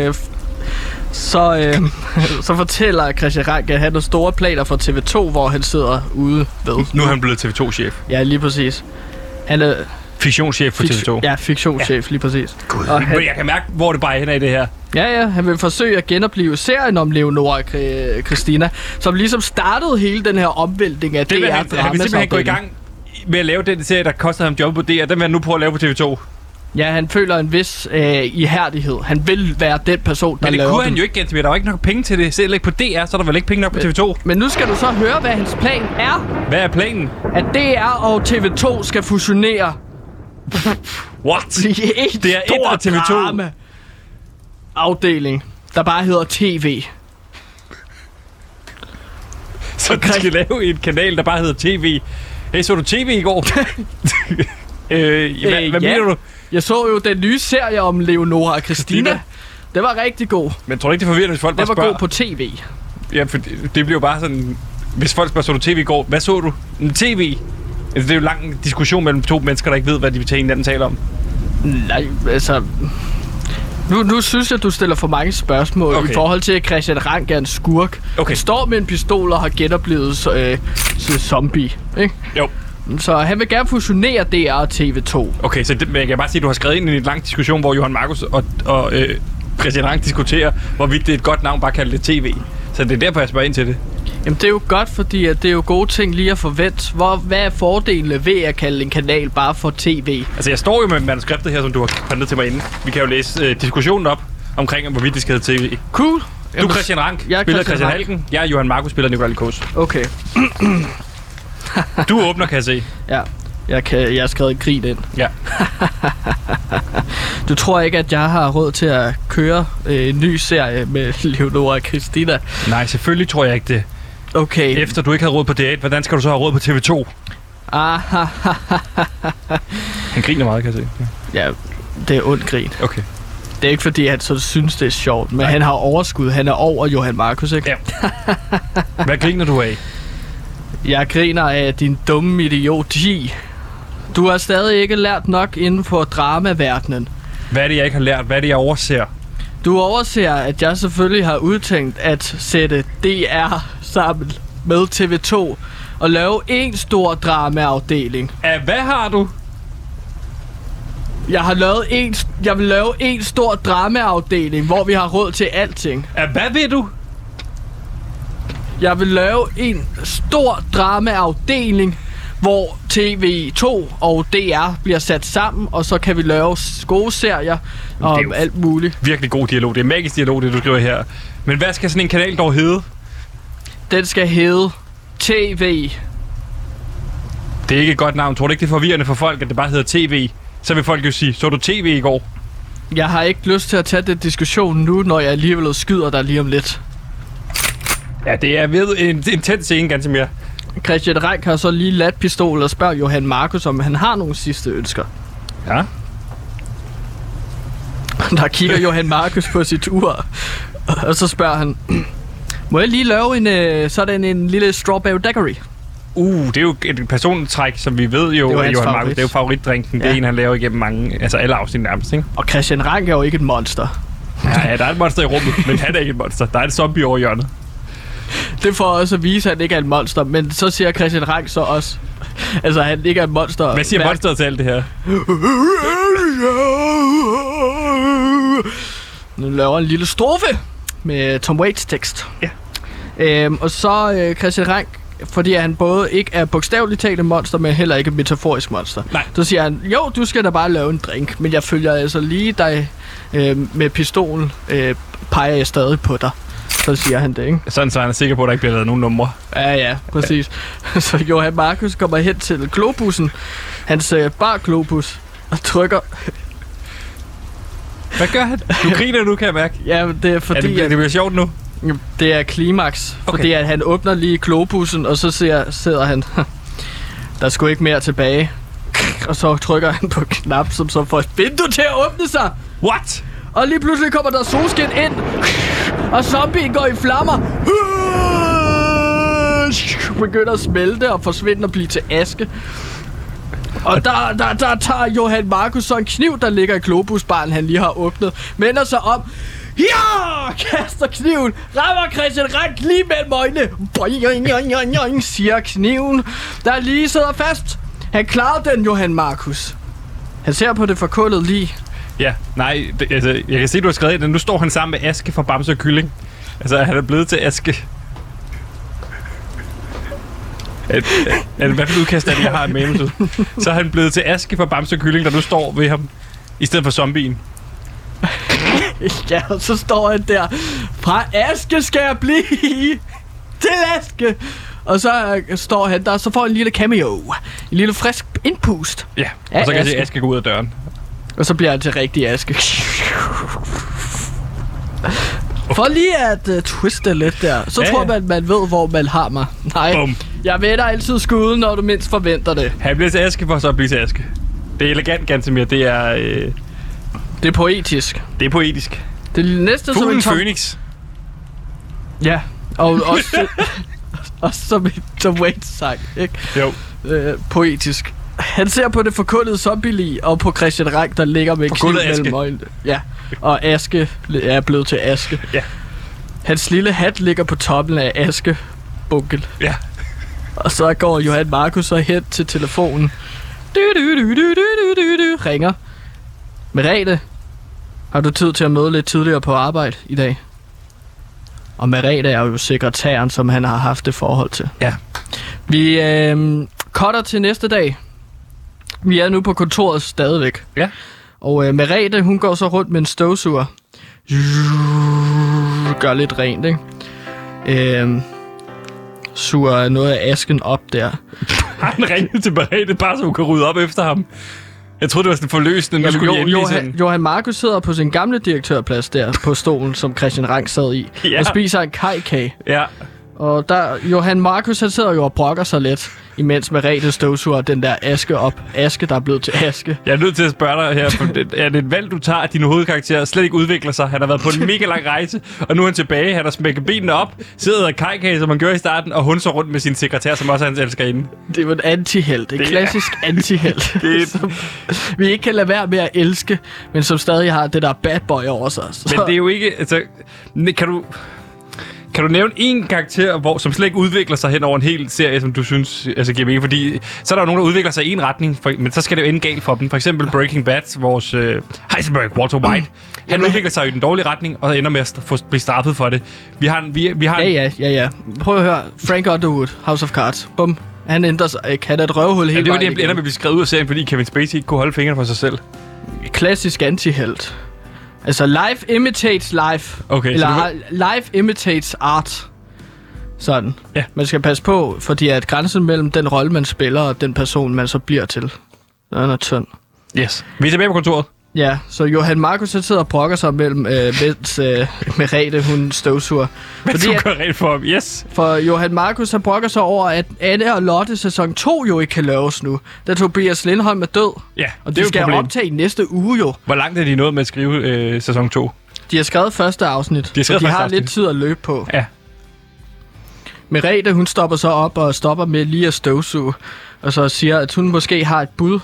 Så fortæller Christian Rank, at han har store planer for TV2, hvor han sidder ude ved. Nu er han blevet TV2-chef. Ja, lige præcis. Han er... Fiktionschef for TV2. Ja, fiktionschef, lige præcis. Gud, jeg kan mærke, hvor det bare er hen af det her. Ja, han vil forsøge at genopleve serien om Leonora og Christina, som ligesom startede hele den her omvæltning af DR. Han vil simpelthen gå i gang med at lave den serie, der koster ham jobbet på DR. Den vil han nu prøve at lave på TV2. Ja, han føler en vis ihærdighed. Han vil være den person, der laver. Men det kunne han jo ikke, Gantemir. Der var ikke nok penge til det. Selv ikke på DR, så er der vel ikke penge nok på TV2. Men nu skal du så høre, hvad hans plan er. Hvad er planen? At DR og TV2 skal fusionere. What? Det er et af TV2. Afdeling, der bare hedder TV. Så de skal lave en kanal, der bare hedder TV. Hey, så du TV i går? Hvad mener du? Jeg så jo den nye serie om Leonora og Christina. Det var rigtig god. Men tror du ikke, det forvirrer, hvis folk bare spørger? Det var god på TV. Ja, for det bliver jo bare sådan... Hvis folk spørger, så du TV i går? Hvad så du? TV? Altså, det er jo en lang diskussion mellem to mennesker, der ikke ved, hvad de vil tage hinanden taler om. Nej, altså... Nu synes jeg, du stiller for mange spørgsmål i forhold til, at Christian Rank er en skurk. Han står med en pistol og har genoplevet zombie, ikke? Jo. Så han vil gerne fusionere DR og TV2. Okay, så jeg kan bare sige, at du har skrevet ind i en lang diskussion, hvor Johan Markus og Christian Rank diskuterer, hvorvidt det er et godt navn, bare kalde det TV. Så det er derfor, jeg spørger ind til det. Jamen, det er jo godt, fordi at det er jo gode ting lige at forvente. Hvad er fordelene ved at kalde en kanal bare for TV? Altså, jeg står jo med manuskriptet her, som du har printet til mig inden. Vi kan jo læse diskussionen op omkring, hvorvidt det skal hedde TV. Cool. Du er Christian Rank, spiller Christian Halken. Jeg er Johan Markus, spiller Nikolaj Kås. Okay. Du åbner, kan jeg se. Ja, jeg har skrevet en grin ind. Ja. Du tror ikke, at jeg har råd til at køre en ny serie med Leonora og Christina? Nej, selvfølgelig tror jeg ikke det. Okay. Efter du ikke havde råd på D1, hvordan skal du så have råd på TV2? Han griner meget, kan jeg se. Ja, det er ondt grin. Okay. Det er ikke fordi, han så synes, det er sjovt, men han har overskud. Han er over Johan Markus, ikke? Ja. Hvad griner du af? Jeg griner af din dumme idioti. Du har stadig ikke lært nok inden for dramaverdenen. Hvad er det, jeg ikke har lært? Hvad er det, jeg overser? Du overser, at jeg selvfølgelig har udtænkt at sætte DR sammen med TV2 og lave en stor dramaafdeling. Hvad har du? Jeg vil lave en stor dramaafdeling, hvor vi har råd til alting. Hvad vil du? Jeg vil lave en stor dramaafdeling, hvor TV2 og DR bliver sat sammen, og så kan vi lave gode serier om alt muligt. Virkelig god dialog. Det er magisk dialog, det du skriver her. Men hvad skal sådan en kanal dog hedde? Den skal hedde TV. Det er ikke et godt navn. Tror du ikke, det er forvirrende for folk, at det bare hedder TV? Så vil folk jo sige, så du TV i går? Jeg har ikke lyst til at tage den diskussion nu, når jeg alligevel skyder dig lige om lidt. Ja, det er ved en intens scene, ganske mere. Christian Rank har så lige ladt pistol og spørger Johan Markus, om han har nogle sidste ønsker. Ja. Der kigger Johan Markus på sit ur, og så spørger han, må jeg lige lave sådan en lille strawberry daiquiri? Det er jo et persontræk, som vi ved jo, det er Johan Markus, det er jo favoritdrinken. Ja. Det er en, han laver igennem mange, altså alle afsnit nærmest, ikke? Og Christian Rank er jo ikke et monster. Ja, der er et monster i rummet, men han er ikke et monster. Der er et zombie over hjørnet. Det får også at vise, at han ikke er et monster, men så siger Christian Rank så også, altså han ikke er et monster. Hvad siger monsteret til alt det her? Nu laver en lille strofe med Tom Waits tekst. Ja. Og så Christian Rank, fordi han både ikke er bogstaveligt talt et monster, men heller ikke et metaforisk monster. Nej. Så siger han, jo, du skal da bare lave en drink, men jeg følger altså lige dig med pistolen, peger jeg stadig på dig. Så siger han det, ikke? Sådan så han er sikker på, at der ikke bliver lavet nogen numre. Ja, præcis. Så Johan Markus kommer hen til globussen, hans bar-globus, og trykker. Hvad gør han? Du griner nu, kan jeg mærke. Ja, det er fordi... det bliver sjovt nu. Det er klimaks, okay. Fordi at han åbner lige globussen, og så sidder han... Der er sgu ikke mere tilbage. Og så trykker han på knap, som så får et vindue til at åbne sig. What? Og lige pludselig kommer der solskin ind, og zombien går i flammer. Begynder at smelte og forsvinde og blive til aske. Og der tager Johan Markus så en kniv, der ligger i globusbaren, han lige har åbnet. Vender sig om. Ja! Kaster kniven. Rammer Christian Rank lige mellem øjnene. Boing, siger kniven, der lige sidder fast. Han klarede den, Johan Markus. Han ser på det forkullede lig. Ja, nej, jeg kan se, du har skrevet det. Nu står han sammen med Aske fra Bamse og Kylling. Altså, han er blevet til Aske. Hvad for udkast er det, jeg har med manus? Så er han blevet til Aske fra Bamse og Kylling, der nu står ved ham, i stedet for zombien. Ja, og så står han der. Fra Aske skal jeg blive til Aske. Og så står han der, så får en lille cameo. En lille frisk indpust. Ja, og så kan jeg se Aske gå ud af døren. Og så bliver han til rigtig Aske. For lige at twiste lidt der, så tror man ved, hvor man har mig. Nej, jeg vender altid skuden, når du mindst forventer det. Han bliver til Aske for så at blive til Aske. Det er elegant, Gantemir. Det er... Det er poetisk. Det er poetisk. Det er næsten Fuglen som en Phoenix. Ja, og også som en Tom Waits sang, ikke? Jo. Poetisk. Han ser på det forkullede zombie-lig og på Christian Rank, der ligger med kniv mellem øjnene. Ja, og Aske er blevet til Aske. Ja. Hans lille hat ligger på toppen af Aske-bunkel. Ja. Og så går Johan Markus så hen til telefonen. Ringer. Merete, har du tid til at møde lidt tidligere på arbejde i dag? Og Merete er jo sekretæren, som han har haft det forhold til. Ja. Vi cutter til næste dag. Vi er nu på kontoret stadigvæk. Ja. Og Merete, hun går så rundt med en støvsuger. Gør lidt rent, ikke? Suger noget af asken op der. Han ringede til Merete, bare så hun kan rydde op efter ham. Jeg troede, det var sådan forløsende. Johan Markus sidder på sin gamle direktørplads der på stolen, som Christian Rank sad i. Ja. Og spiser en kajkage. Ja. Og Johan Markus, han sidder jo og brokker sig lidt, imens Merete støvsuger den der aske, der er blevet til aske. Jeg er nødt til at spørge dig her, for er det et valg, du tager, at dine hovedkarakterer slet ikke udvikler sig? Han har været på en mega lang rejse, og nu er han tilbage. Han har smækket benene op, sidder og kajkage, som man gjorde i starten, og hunser rundt med sin sekretær, som også er hans elskerinde. Det er jo en antihelt, en klassisk antihelt, som vi ikke kan lade være med at elske, men som stadig har det der bad boy over sig. Så. Men det er jo ikke... Altså, kan du nævne en karakter, som slet ikke udvikler sig hen over en hel serie, som du synes giver mening? Fordi så er der jo nogen, der udvikler sig i en retning, men så skal det jo ende galt for dem. For eksempel Breaking Bad, vores Heisenberg, Walter White. Han udvikler sig i den dårlige retning, og ender med at blive straffet for det. Vi har Ja. Prøv at høre. Frank Underwood, House of Cards. Bum. Han ændrer sig ikke. Han er et røvhul hele vejen. Det ender med at blive skrevet ud af serien, fordi Kevin Spacey ikke kunne holde fingrene for sig selv. Klassisk antihelt. Altså, life imitates life. Okay, eller life imitates art. Sådan. Ja. Man skal passe på, fordi at grænsen mellem den rolle, man spiller, og den person, man så bliver til, den er tynd. Yes. Vi er tilbage på kontoret. Ja, så Johan Markus sidder og brokker sig mellem, mens Merete, hun støvsuger. Men du gør rent for ham, yes. For Johan Markus, han brokker sig over, at Anne og Lotte sæson 2 jo ikke kan laves nu, da Tobias Lindholm er død. Ja, og de skal optage næste uge jo. Hvor langt er de nået med at skrive sæson 2? De har skrevet første afsnit, så de har lidt tid at løbe på. Ja. Merete, hun stopper så op og stopper med lige at støvsuge, og så siger, at hun måske har et bud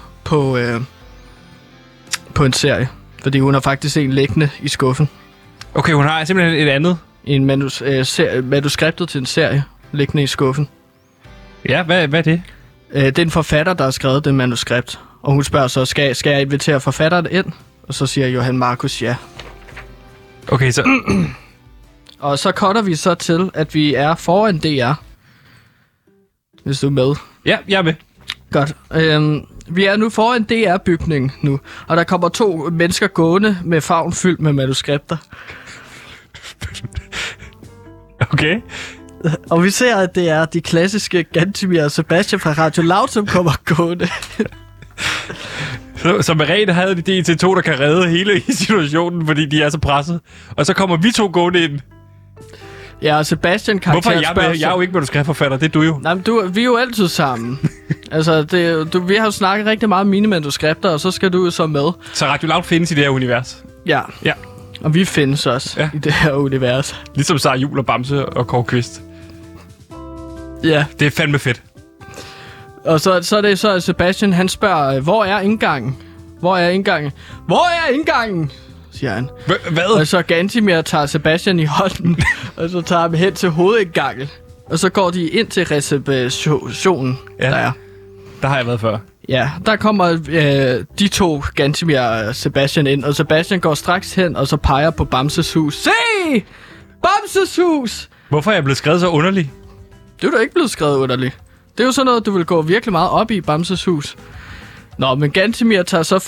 på en serie, fordi hun har faktisk en liggende i skuffen. Okay, hun har simpelthen et andet? En manuskriptet til en serie liggende i skuffen. Ja, hvad er det? Det er en forfatter, der har skrevet det manuskript, og hun spørger så, skal jeg invitere forfatteren ind? Og så siger Johan Markus ja. Okay, så... Og så cutter vi så til, at vi er foran DR. Hvis du er med. Ja, jeg er med. Godt. Vi er nu foran DR-bygningen nu, og der kommer 2 mennesker gående med favn fyldt med manuskripter. Okay. Og vi ser, at det er de klassiske Gantemir og Sebastian fra Radio Loud, som kommer gående. Så Merete havde en idé til 2, der kan redde hele situationen, fordi de er så presset. Og så kommer vi 2 gående ind. Ja, og Sebastian Hvorfor er jeg med? Jeg er jo ikke manuskriptforfatter, det er du jo. Nej, men vi er jo altid sammen. Altså, vi har jo snakket rigtig meget om mine manuskripter, og så skal du jo så med. Så Radio Loud findes i det her univers? Ja. Ja. Og vi findes også i det her univers. Ligesom Sarah Juhl og Bamse og Kåre Kvist. Ja. Det er fandme fedt. Og så er det så, at Sebastian, han spørger, hvor er indgangen? Hvor er indgangen? Hvor er indgangen? Siger han. Hvad? Og så Gantemir tager Sebastian i hånden, og så tager ham hen til hovedindgangen. Og så går de ind til receptionen, der er. Der har jeg været før. Ja, der kommer de 2, Gantemir og Sebastian ind, og Sebastian går straks hen, og så peger på Bamses hus. Se! Bamses hus! Hvorfor er jeg blevet skrevet så underligt? Det er da ikke blevet skrevet underligt. Det er jo sådan noget, du vil gå virkelig meget op i, Bamses hus. Nå, men Gantemir tager så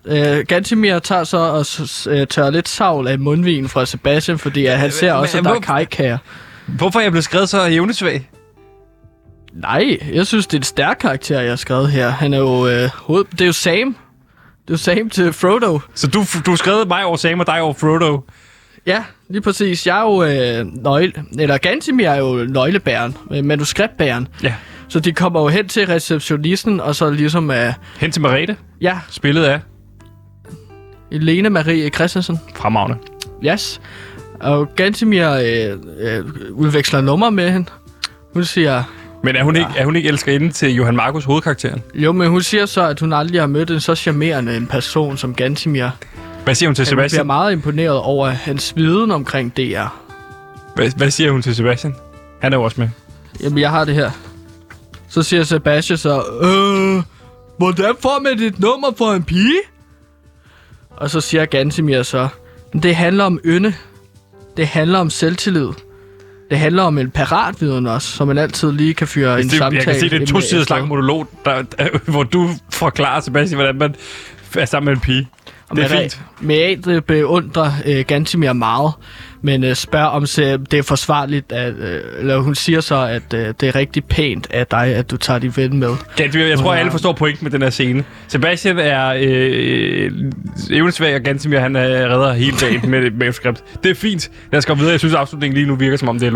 og tørrer lidt savl af mundvinen fra Sebastian, fordi han ser også, at der er kajkager. Hvorfor er jeg blevet skrevet så evnesvag? Nej, jeg synes, det er en stærk karakter, jeg har skrevet her. Han er jo det er jo Sam. Det er jo Sam til Frodo. Så du har skrevet mig over Sam og dig over Frodo? Ja, lige præcis. Jeg er jo Gantemir er jo nøglebæren, manuskriptbæren. Ja. Så de kommer jo hen til receptionisten, og så ligesom... hen til Merete? Ja. Spillet af? Lene Marie Christensen. Fremragende. Yes. Og Gantemir udveksler nummer med hende. Hun siger... Men er hun ikke elskerinde til Johan Markus, hovedkarakteren? Jo, men hun siger så, at hun aldrig har mødt en så charmerende en person som Gantemir. Hvad siger hun til Sebastian? Hun bliver meget imponeret over hans viden omkring DR. Hvad siger hun til Sebastian? Han er jo også med. Jamen, jeg har det her. Så siger Sebastian så, hvordan får man et nummer for en pige? Og så siger Gantemir så, det handler om ynde. Det handler om selvtillid. Det handler om en paratviden også, så man altid lige kan fyre en samtale. Jeg kan se, det er en 2-siders lang monolog, hvor du forklarer Sebastian, hvordan man er sammen med en pige. Det er fint. Merete beundrer Gantemir meget, men spørger om det er forsvarligt, eller hun siger så, at det er rigtig pænt af dig, at du tager din ven med. Gantemir, jeg tror, alle forstår pointen med den her scene. Sebastian er evnesvag, og Gantemir, han redder hele dagen med manuskript. Det er fint. Lad os gå videre. Jeg synes, afslutningen lige nu virker, som om det er lort.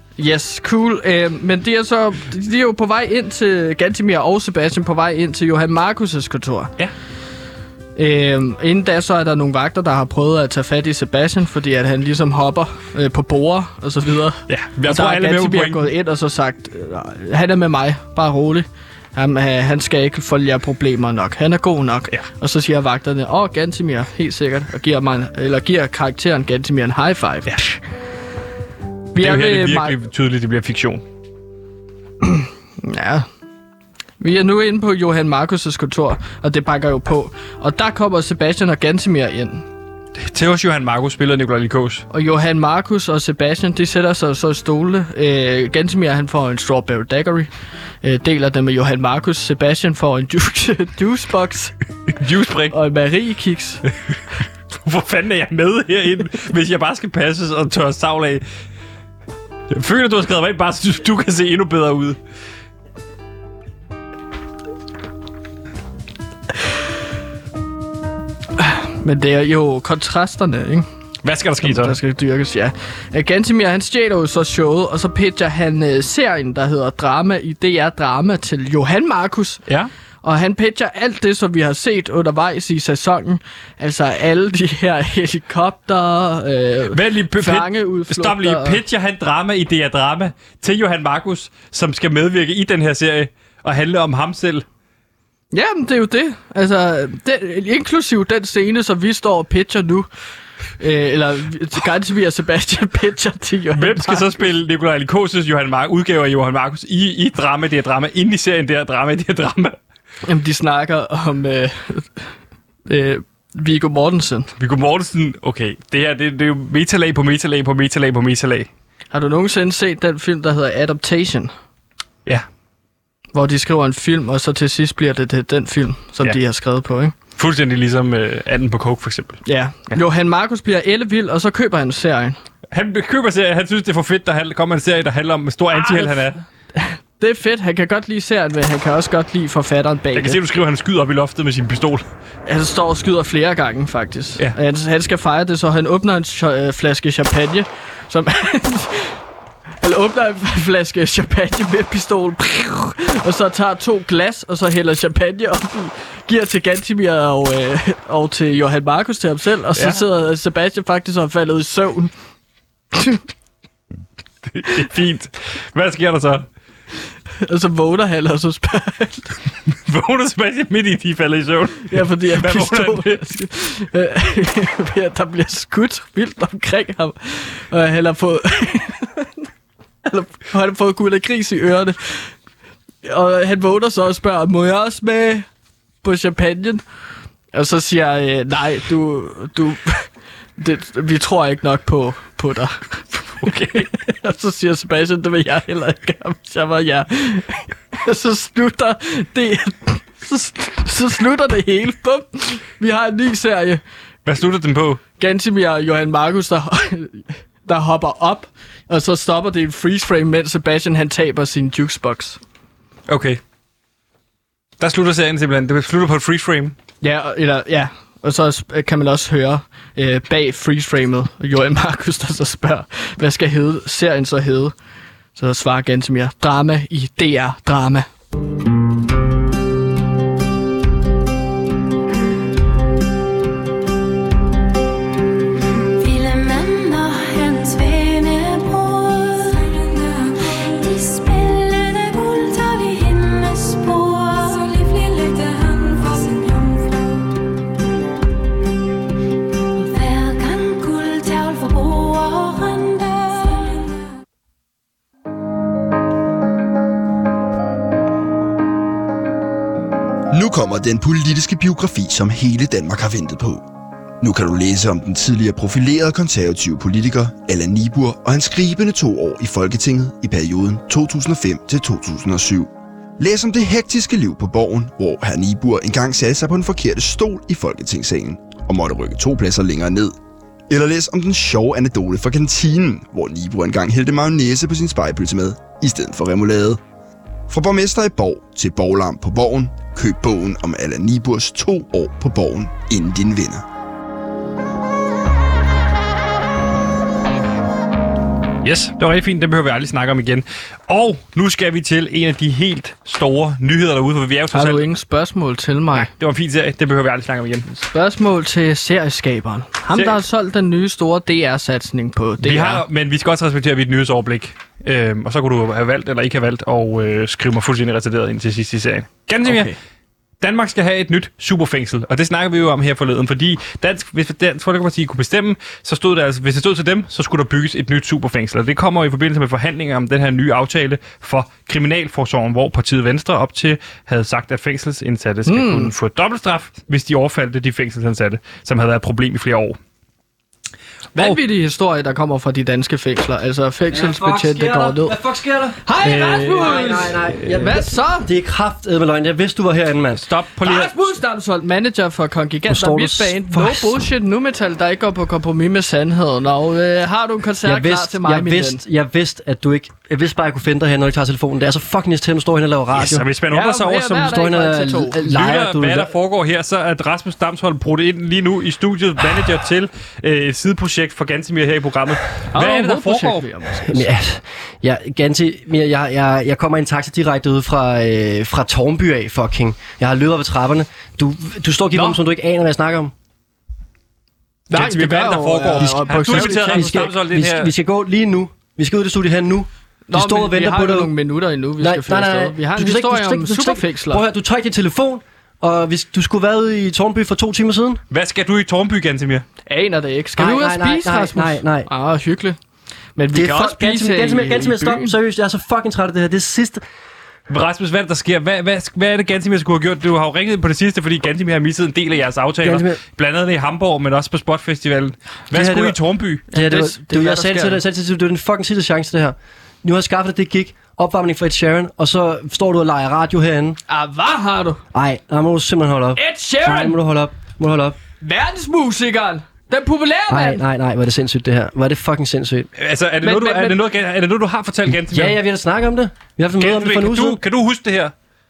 Yes, cool. Men de er jo på vej ind til Gantemir og Sebastian på vej ind til Johan Markus' kontor. Ja. Inden da, så er der nogle vagter, der har prøvet at tage fat i Sebastian, fordi at han ligesom hopper på bord og så videre. Ja, jeg tror, alle Gantemir er gået ind og så sagt, han er med mig, bare rolig. Han skal ikke få jer problemer nok. Han er god nok. Ja. Og så siger vagterne, Gantemir, helt sikkert, og giver karakteren Gantemir en high five. Ja. Det er virkelig tydeligt, det bliver fiktion. Ja. Vi er nu inde på Johan Markus' kontor, og det bakker jo på. Og der kommer Sebastian og Gantemir ind. Til hos Johan Markus spiller Nikolaj Likos. Og Johan Markus og Sebastian, de sætter sig så i stolene. Gantemir, han får en strawberry daiquiri. Deler den med Johan Markus. Sebastian får en juicebox. Juicebrik. Og en Marie-kiks. Hvor fanden er jeg med herinde, hvis jeg bare skal passes og tørre savl af? Jeg føler, du har skrevet mig ind, bare så du kan se endnu bedre ud. Men det er jo kontrasterne, ikke? Hvad skal der ske så? Der skal dyrkes, ja. Gantemir, han stjæler jo så showet, og så pitcher han serien, der hedder Drama i DR Drama til Johan Markus. Ja. Og han pitcher alt det, som vi har set undervejs i sæsonen. Altså alle de her helikopter, fangeudflugter. Stop lige. Pitcher han Drama i DR Drama til Johan Markus, som skal medvirke i den her serie og handle om ham selv. Jamen, det er jo det. Altså, inklusiv den scene, som vi står og pitcher nu. Eller Gantemir og Sebastian pitcher til Johan Hvem skal så spille Nikolaj Likos' udgave af Johan Markus i Drama, det er Drama, ind i serien der Drama, det er Drama? Jamen, de snakker om Viggo Mortensen. Viggo Mortensen, okay. Det her, det er jo metalag på metalag på metalag på metalag. Har du nogensinde set den film, der hedder Adaptation? Ja. Hvor de skriver en film, og så til sidst bliver det den film, som de har skrevet på, ikke? Fuldstændig ligesom Anden på Coke, for eksempel. Ja. Johan Markus bliver ellevild, og så køber han serien. Han køber serien, han synes, det er for fedt, der kommer en serie, der handler om, hvor stor antiheld han er. Det er fedt, han kan godt lide serien, men han kan også godt lide forfatteren bag. Jeg kan se, du skriver, at han skyder op i loftet med sin pistol. Han står og skyder flere gange, faktisk. Ja. Han skal fejre det, så han åbner en flaske champagne, som... Han åbner en flaske champagne med pistol, og så tager 2 glas, og så hælder champagne op i, giver til Gantemir og til Johan Markus til ham selv, og så sidder Sebastian faktisk og faldet i søvn. Det er fint. Hvad sker der så? Og så vågner han, og så spørger han. Vågner Sebastian midt i, de falder i søvn? Ja, fordi han pistol... Der bliver skudt vildt omkring ham, og han har fået... Han har fået guld af gris i ørerne. Og han vågner så og spørger, må jeg også med på champagnen? Og så siger jeg, nej, vi tror ikke nok på dig. Okay. Og så siger Sebastian, det vil jeg heller ikke gøre, hvis jeg var jer. Så slutter det... Så slutter det hele. Bum. Vi har en ny serie. Hvad slutter den på? Gantemir og Johan Markus, der hopper op, og så stopper det en freeze frame, mens Sebastian han taber sin jukebox. Okay. Der slutter serien simpelthen. Det slutter på et freeze frame. Ja, og så kan man også høre bag freeze framet Johan Markus, der så spørger, hvad skal serien så hedde? Så svarer Gantemir, Drama i DR Drama. Nu kommer den politiske biografi, som hele Danmark har ventet på. Nu kan du læse om den tidligere profilerede konservative politiker Allan Niburg og hans skribende 2 år i Folketinget i perioden 2005 til 2007. Læs om det hektiske liv på Borgen, hvor hr. Niburg engang satte sig på den forkerte stol i Folketingssalen og måtte rykke 2 pladser længere ned. Eller læs om den sjove anekdote fra kantinen, hvor Niburg engang hældte mayonnaise på sin spegepølse med, i stedet for remoulade. Fra borgmester i Borg til borglarm på Borgen, køb bogen om Allan Niburgs 2 år på Borgen, inden din vinder. Yes, det var rigtig fint. Det behøver vi aldrig snakke om igen. Og nu skal vi til en af de helt store nyheder derude, for vi er jo Har du ingen spørgsmål til mig? Nej, det var en fin serie. Det behøver vi aldrig snakke om igen. Spørgsmål til serieskaberen. Ham, der har solgt den nye store DR-satsning på DR. Men vi skal også respektere, at vi er et nyhedsoverblik. Og så kunne du have valgt eller ikke have valgt og skrive mig fuldstændig retarderet ind til sidst i serien. Gansimir, okay. Danmark skal have et nyt superfængsel, og det snakker vi jo om her forleden, fordi hvis Dansk Folkeparti kunne bestemme, så stod der altså, hvis det stod til dem, så skulle der bygges et nyt superfængsel. Og det kommer i forbindelse med forhandlinger om den her nye aftale for Kriminalforsorgen, hvor partiet Venstre op til havde sagt, at fængselsindsatte skal kunne få dobbeltstraf, hvis de overfaldte de fængselsansatte, som havde været et problem i flere år. Vanvittige historie, der kommer fra de danske fængsler. Altså fængselsbetjente går ned. Hvad fuck sker der? Hej Rasmus! Nej. Hvad så? Det er kraftedme løgn. Jeg vidste, du var herinde, mand. Stop på lige. Rasmus Damsholdt, manager for Kongigant og Midtbane. No bullshit, nu metal, der ikke går på kompromis med sandheden. Og har du en koncert klar til mig, min ven? Jeg vidste, at du ikke... Jeg vidste bare, at jeg kunne finde dig her, når du tager telefonen. Det er så fucking irriterende, at du står hen og laver radio. Yes, og hvis man undrer sig over, som du står hen og leger... Hvad der foregår her, så er Rasmus Damsholdt brudt ind lige nu i studiet, manager til et sideprojekt for Gansimir her i programmet. Hvad er det, der foregår? Jeg kommer i en taxa direkte ude fra Tårnby af, fucking. Jeg har løbet op ad trapperne. Du står og giver mig, som du ikke aner, hvad jeg snakker om. Nej, hvad er det, der foregår? Vi skal gå lige nu. Vi skal ud i det studie her nu. Vi står og venter på det. Nogle minutter endnu, vi skal føre afsted. Vi har en historie om superfængsler. Prøv at høre, du tager din telefon, og du skulle være ude i Tårnby for 2 timer siden. Hvad skal du i Tårnby, Gansimir? Aner det ikke. Skal vi ud og spise, Rasmus? Nej. Hyggeligt. Men vi kan også spise Gansimir, stop. Seriøst, jeg er så fucking træt af det her. Det er sidste... Rasmus, hvad er det, der sker? Hvad er det, Gansimir skulle have gjort? Du har jo ringet på det sidste, fordi Gansimir har misset en del af jeres aftaler. Blandt andet i Hamburg, men også på Spotfestivalen. Hvad skulle I Tårnby? Jeg sagde til dig, det var den fucking sidste chance, det her. Nu har jeg skaffet det gik. Opvarmning for Ed Sheeran, og så står du og leger radio herinde. Hvad har du? Nej, må du simpelthen holde op. Ed Sheeran! Nej, må du holde op. Verdensmusikeren! Den populære mand! Nej, hvor er det sindssygt det her. Hvor er det fucking sindssygt. Altså, er det noget, du har fortalt Gansimir? Ja, vi har da snakket om det. Vi har haft møde om det for en uge siden. Kan du huske det her?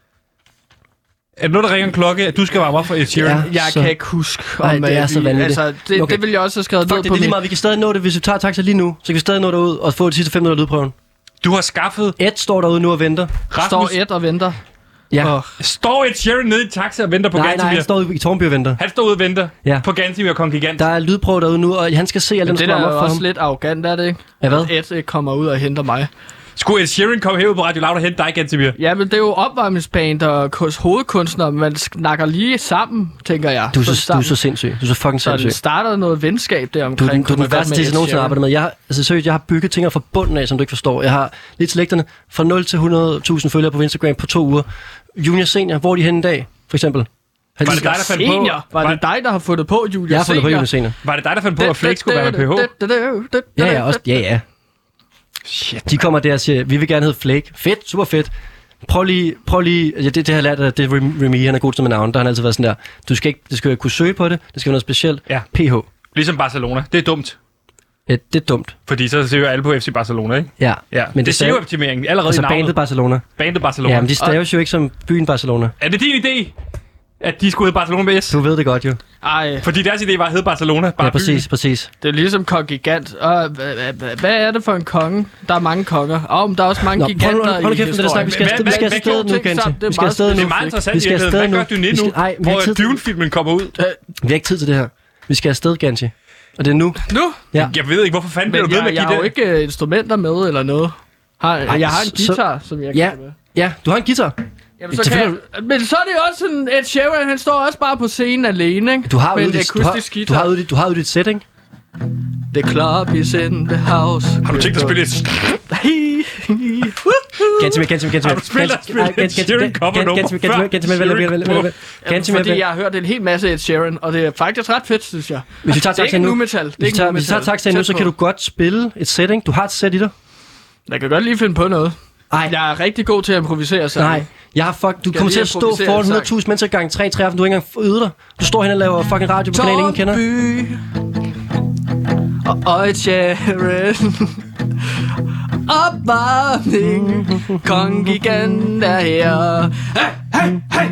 Er det noget, der ringer en klokke, at du skal varme op for Ed Sheeran? Jeg kan ikke huske, om det er så vanvittigt. Altså, det vil jeg også have skrevet ned på. Det er lige meget. Vi kan stadig nå det, hvis vi tager taxa lige nu. Så kan vi stadig nå derud og få de sidste 5 minutter lydprøven. Du har skaffet... Ed står derude nu og venter. Står Ed og venter? Ja. Står Ed Sheeran nede i taxa og venter på Gansimir? Nej, han står ude i Tårnby og venter. Han står ude og venter på Gansimir og Kongigant? Der er lydprøve derude nu, og han skal se alt den, det der er også lidt arrogant, er det ikke? Ja, hvad? Ed kommer ud og henter mig. Skulle Ed Sheeran komme herud på Radio Loud og hente dig, Gansimir? Ja, men det er jo opvarmningsband og hovedkunstnere. Man snakker lige sammen, tænker jeg. Du er så sindssyg. Du er så fucking sindssyg. Så det starter noget venskab der omkring. Du er den værste til, jeg nogensinde arbejder med. Jeg har bygget ting fra bunden af, som du ikke forstår. Jeg har lige til lægterne fra 0 til 100.000 følgere på Instagram på 2 uger. Junior Senior, hvor er de henne i dag, for eksempel? Var det dig, der fandt på? Var det dig, der har fundet på Junior Senior? Jeg har fundet på Junior Senior. Var det dig, der fandt på, at Flake skulle være med PH? Ja, også. Ja. Shit, de kommer der og siger, vi vil gerne hedde Flake. Fedt, super fedt. Prøv lige, ja, det har jeg lært af det Remy, han er god til med navn, der har han altid været sådan der. Du skal kunne søge på det, det skal være noget specielt. Ja. PH. Ligesom Barcelona, det er dumt. Ja, det er dumt. Fordi så ser jo alle på FC Barcelona, ikke? Ja. Men det ser jo optimeringen allerede altså i navnet. bandet Barcelona. Bandet Barcelona. Ja, men de staves jo ikke som byen Barcelona. Er det din idé, at de skulle hedde Barcelona med S? Du ved det godt jo. Ej. Fordi deres idé var at hedde Barcelona, bare ja, præcis. Det er ligesom Kongigant. Hvad er det for en konge? Der er mange konger. Men der er også mange giganter i historien. Vi skal afsted nu, Ganti. Vi skal afsted nu. Det er meget interessant. Hvad gør du nu, hvor Dune-filmen kommer ud? Vi har ikke tid til det her. Vi skal afsted, Ganti. Og det er nu. Nu? Ja. Jeg ved ikke, hvorfor fanden bliver du ved med at give det? Jeg har jo ikke instrumenter med eller noget. Jeg har en guitar, som jeg kan med. Ja, du har en guitar. Jamen, men så er det jo også sådan, Ed Sheeran, han står også bare på scenen alene, ikke? Du har jo dit set, ikke? The club is in the house. Har du tænkt at spille et... Fordi jeg har hørt en hel masse Ed Sheeran, og det er faktisk ret fedt, synes jeg. Hvis vi tager taxaen nu, hvis vi tager taxaen nu, så kan du godt spille et setting. Du har et set i dig. Jeg kan godt lige finde på noget. Jeg er rigtig god til at improvisere sig. Nej, du kommer til at stå foran 100.000 mennesker gang 3 aften, du ikke engang yder dig. Du står hen og laver fucking radio på kanalen, ingen kender. Og Ed Sheeran. Opvarmning. Kongigant er her. Hey.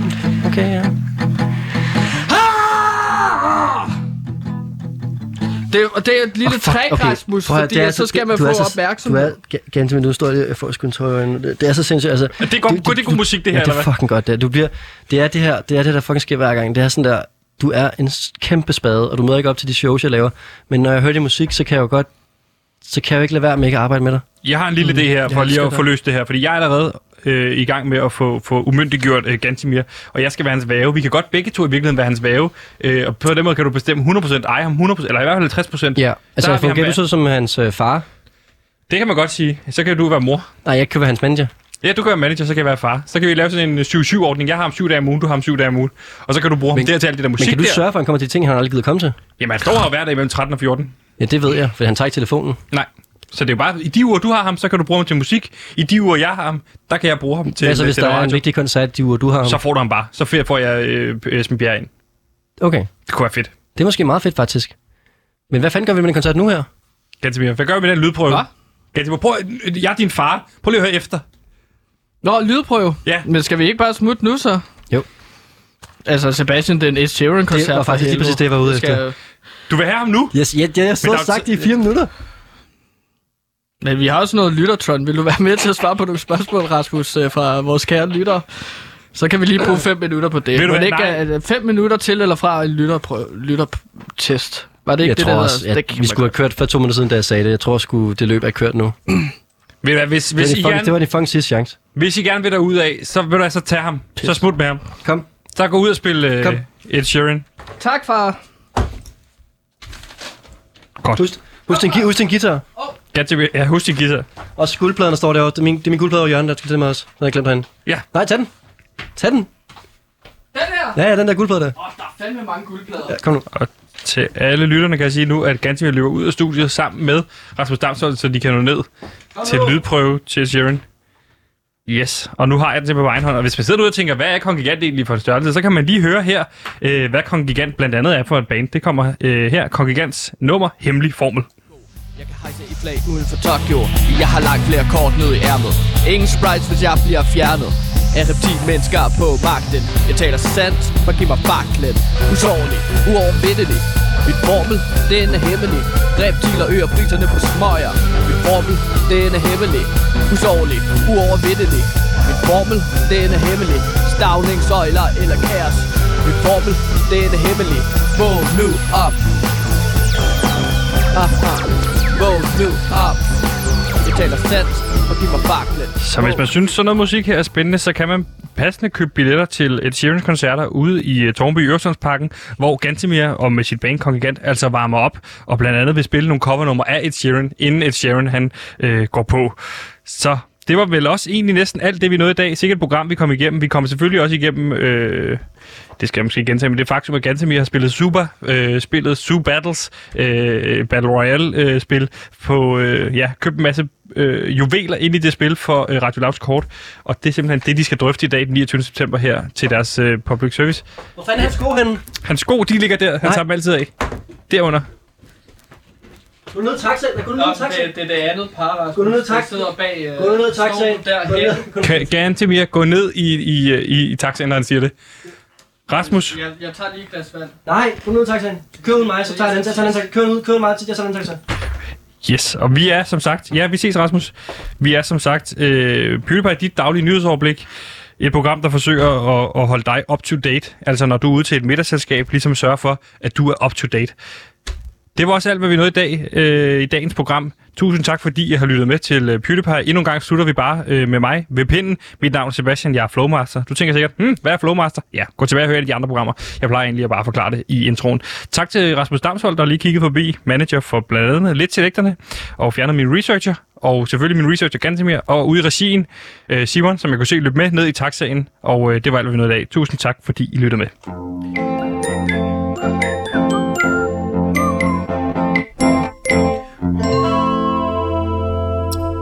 Okay, ja. Og det er et lille trick, Rasmus, fordi så skal man få opmærksomhed. Ganske, men du står der for at skulle tøje. Det er så sindssygt. Altså, det er god musik, det her, eller hvad? Det er fucking godt. Det er det der fucking sker hver gang. Det er sådan der, du er en kæmpe spade, og du møder ikke op til de shows, jeg laver. Men når jeg hører din musik, så kan jeg jo ikke lade være med ikke at arbejde med dig. Jeg har en lille idé her, for lige at få løst det her, fordi jeg er allerede i gang med at få umyndiggjort Gantemir, og jeg skal være hans værge. Vi kan godt begge to i virkeligheden være hans værge, og på den måde kan du bestemme 100%, eje ham 100%, eller i hvert fald 50%. Ja, altså fungerer du så som hans far? Det kan man godt sige. Så kan du være mor. Nej, jeg kan være hans manager. Ja, du kan være manager, så kan jeg være far. Så kan vi lave sådan en 7-7-ordning. Jeg har ham 7 dage om ugen, du har ham 7 dage om ugen. Og så kan du bruge ham der til alt det der musik. Men kan du sørge for, at han kommer til de ting, han aldrig gider komme til? Jamen, han står her hver dag mellem 13 og 14. Ja, det ved jeg, for han tager ikke telefonen. Nej. Så det er jo bare, i de uger, du har ham, så kan du bruge ham til musik. I de uger, jeg har ham, der kan jeg bruge ham til... Altså, hvis der er en vigtig koncert, de uger, du har ham... Så får du ham bare. Så får jeg Esben Bjerg ind. Okay. Det kunne være fedt. Det er måske meget fedt, faktisk. Men hvad fanden gør vi med den koncert nu her? Gantemir, hvad gør vi med den lydprøve? Hvad? Gantemir, jeg er din far. Prøv lige at høre efter. Nå, lydprøve? Ja. Men skal vi ikke bare smutte nu, så? Jo. Altså, Sebastian, den Ed Sheeran-koncert... Det var faktisk lige præcis det, jeg var ude efter. Du vil have ham nu? Yes, jeg har så sagt det i 4 minutter. Men vi har også noget lyttertron. Vil du være med til at svare på nogle spørgsmål, Rasmus, fra vores kære lytter? Så kan vi lige bruge 5 minutter på det. Men ikke 5 minutter til eller fra en lyttertest. Var det ikke jeg det, tror der også, vi skulle have kørt for 2 minutter siden, da jeg sagde det. Jeg tror sgu, det løb er kørt nu. Det var din fucking sidste chance. Hvis I gerne vil derud af, så vil du altså tage ham. Så smut med ham. Kom. Så gå ud og spille Ed Sheeran. Tak, far. Godt. Husk din guitar. Ja, husk din guitar. Og guldpladerne står derovre. Det er min guldplade over hjørnet, der skal til mig også. Den har jeg glemt herinde. Ja. Nej, tag den. Tag den. Den her? Ja, den der guldplade der. Der er fandme mange guldplader. Ja, kom nu. Og til alle lytterne kan jeg sige nu, at Gantemir løber ud af studiet sammen med Rasmus Damsholdt, så de kan nå ned til lydprøve til Sheeran. Yes, og nu har jeg den til på egen hånd, og hvis man sidder derude og tænker, hvad er Kongigant egentlig for en størrelse, så kan man lige høre her, hvad Kongigant blandt andet er for et band. Det kommer her, Kongigants nummer, Hemmelig Formel. Jeg kan hejse i flag uden for Tokyo. Jeg har lagt flere kort ned i ærmet. Ingen sprites, hvis jeg bliver fjernet af reptilmennesker på magten. Jeg taler sandt, for giv mig faklen. Usårlig, uovervindelig. Mit formel, den er hemmelig. Reptiler øger priserne på smøger. Mit formel, den er hemmelig. Usårlig, uovervindelig. Mit formel, den er hemmelig. Stavningsøjler eller kaos. Mit formel, den er hemmelig. Våg nu op. Våg nu op. Jeg taler sandt, og giv mig faklen. Så hvis man synes, sådan noget musik her er spændende, så kan man passende købe billetter til Ed Sheerans koncerter ude i Tårnby Øresundsparken, hvor Gantemir og med sit band Kongigant altså varmer op, og blandt andet vil spille nogle covernummer af Ed Sheeran, inden Ed Sheeran han går på. Så det var vel også egentlig næsten alt det, vi nåede i dag. Sikkert et program, vi kom igennem. Vi kommer selvfølgelig også igennem... det skal jeg måske gentage, men det er faktisk, at Gantemir har spillet Zoo Battles, Battle Royale-spil, på, købt en masse juveler ind i det spil for Radio Louds kort, og det er simpelthen det, de skal drøfte i dag, den 29. september her, til deres public service. Hvor fanden er hans sko henne? Hans sko, de ligger der. Han tager dem altid af. Derunder. Gå ned i taxaen. Gå ned i taxaen. Det er det andet par, Rasmus. Gå ned i taxaen. Gå ned i taxaen. Gantemir, gå ned i taxaen, når han siger det. Rasmus? Jeg tager lige et glas vand. Nej, gå ned i taxaen. Kør ud mig, så tager jeg den. Kør ud mig, jeg tager den taxa. Yes, og vi er som sagt... Ja, vi ses, Rasmus. Vi er som sagt PewDiePie, dit daglige nyhedsoverblik. Et program, der forsøger at holde dig up to date. Altså, når du er ude til et middagsselskab, ligesom sørger for, at du er up to date. Det var også alt, hvad vi nåede i dag i dagens program. Tusind tak, fordi I har lyttet med til PewDiePie. Endnu en gang slutter vi bare med mig ved pinden. Mit navn er Sebastian, jeg er Flowmaster. Du tænker sikkert, hvad er Flowmaster? Ja, gå tilbage og hør de andre programmer. Jeg plejer egentlig at bare forklare det i introen. Tak til Rasmus Damsholdt, der lige kiggede forbi. Manager for blandt andet lidt selektorerne. Og fjernede min researcher. Og selvfølgelig min researcher Gantemir. Og ude i regien, Simon, som jeg kunne se løbe med ned i taxaen. Og det var alt, hvad vi nåede i dag. Tusind tak, fordi I lyttede med.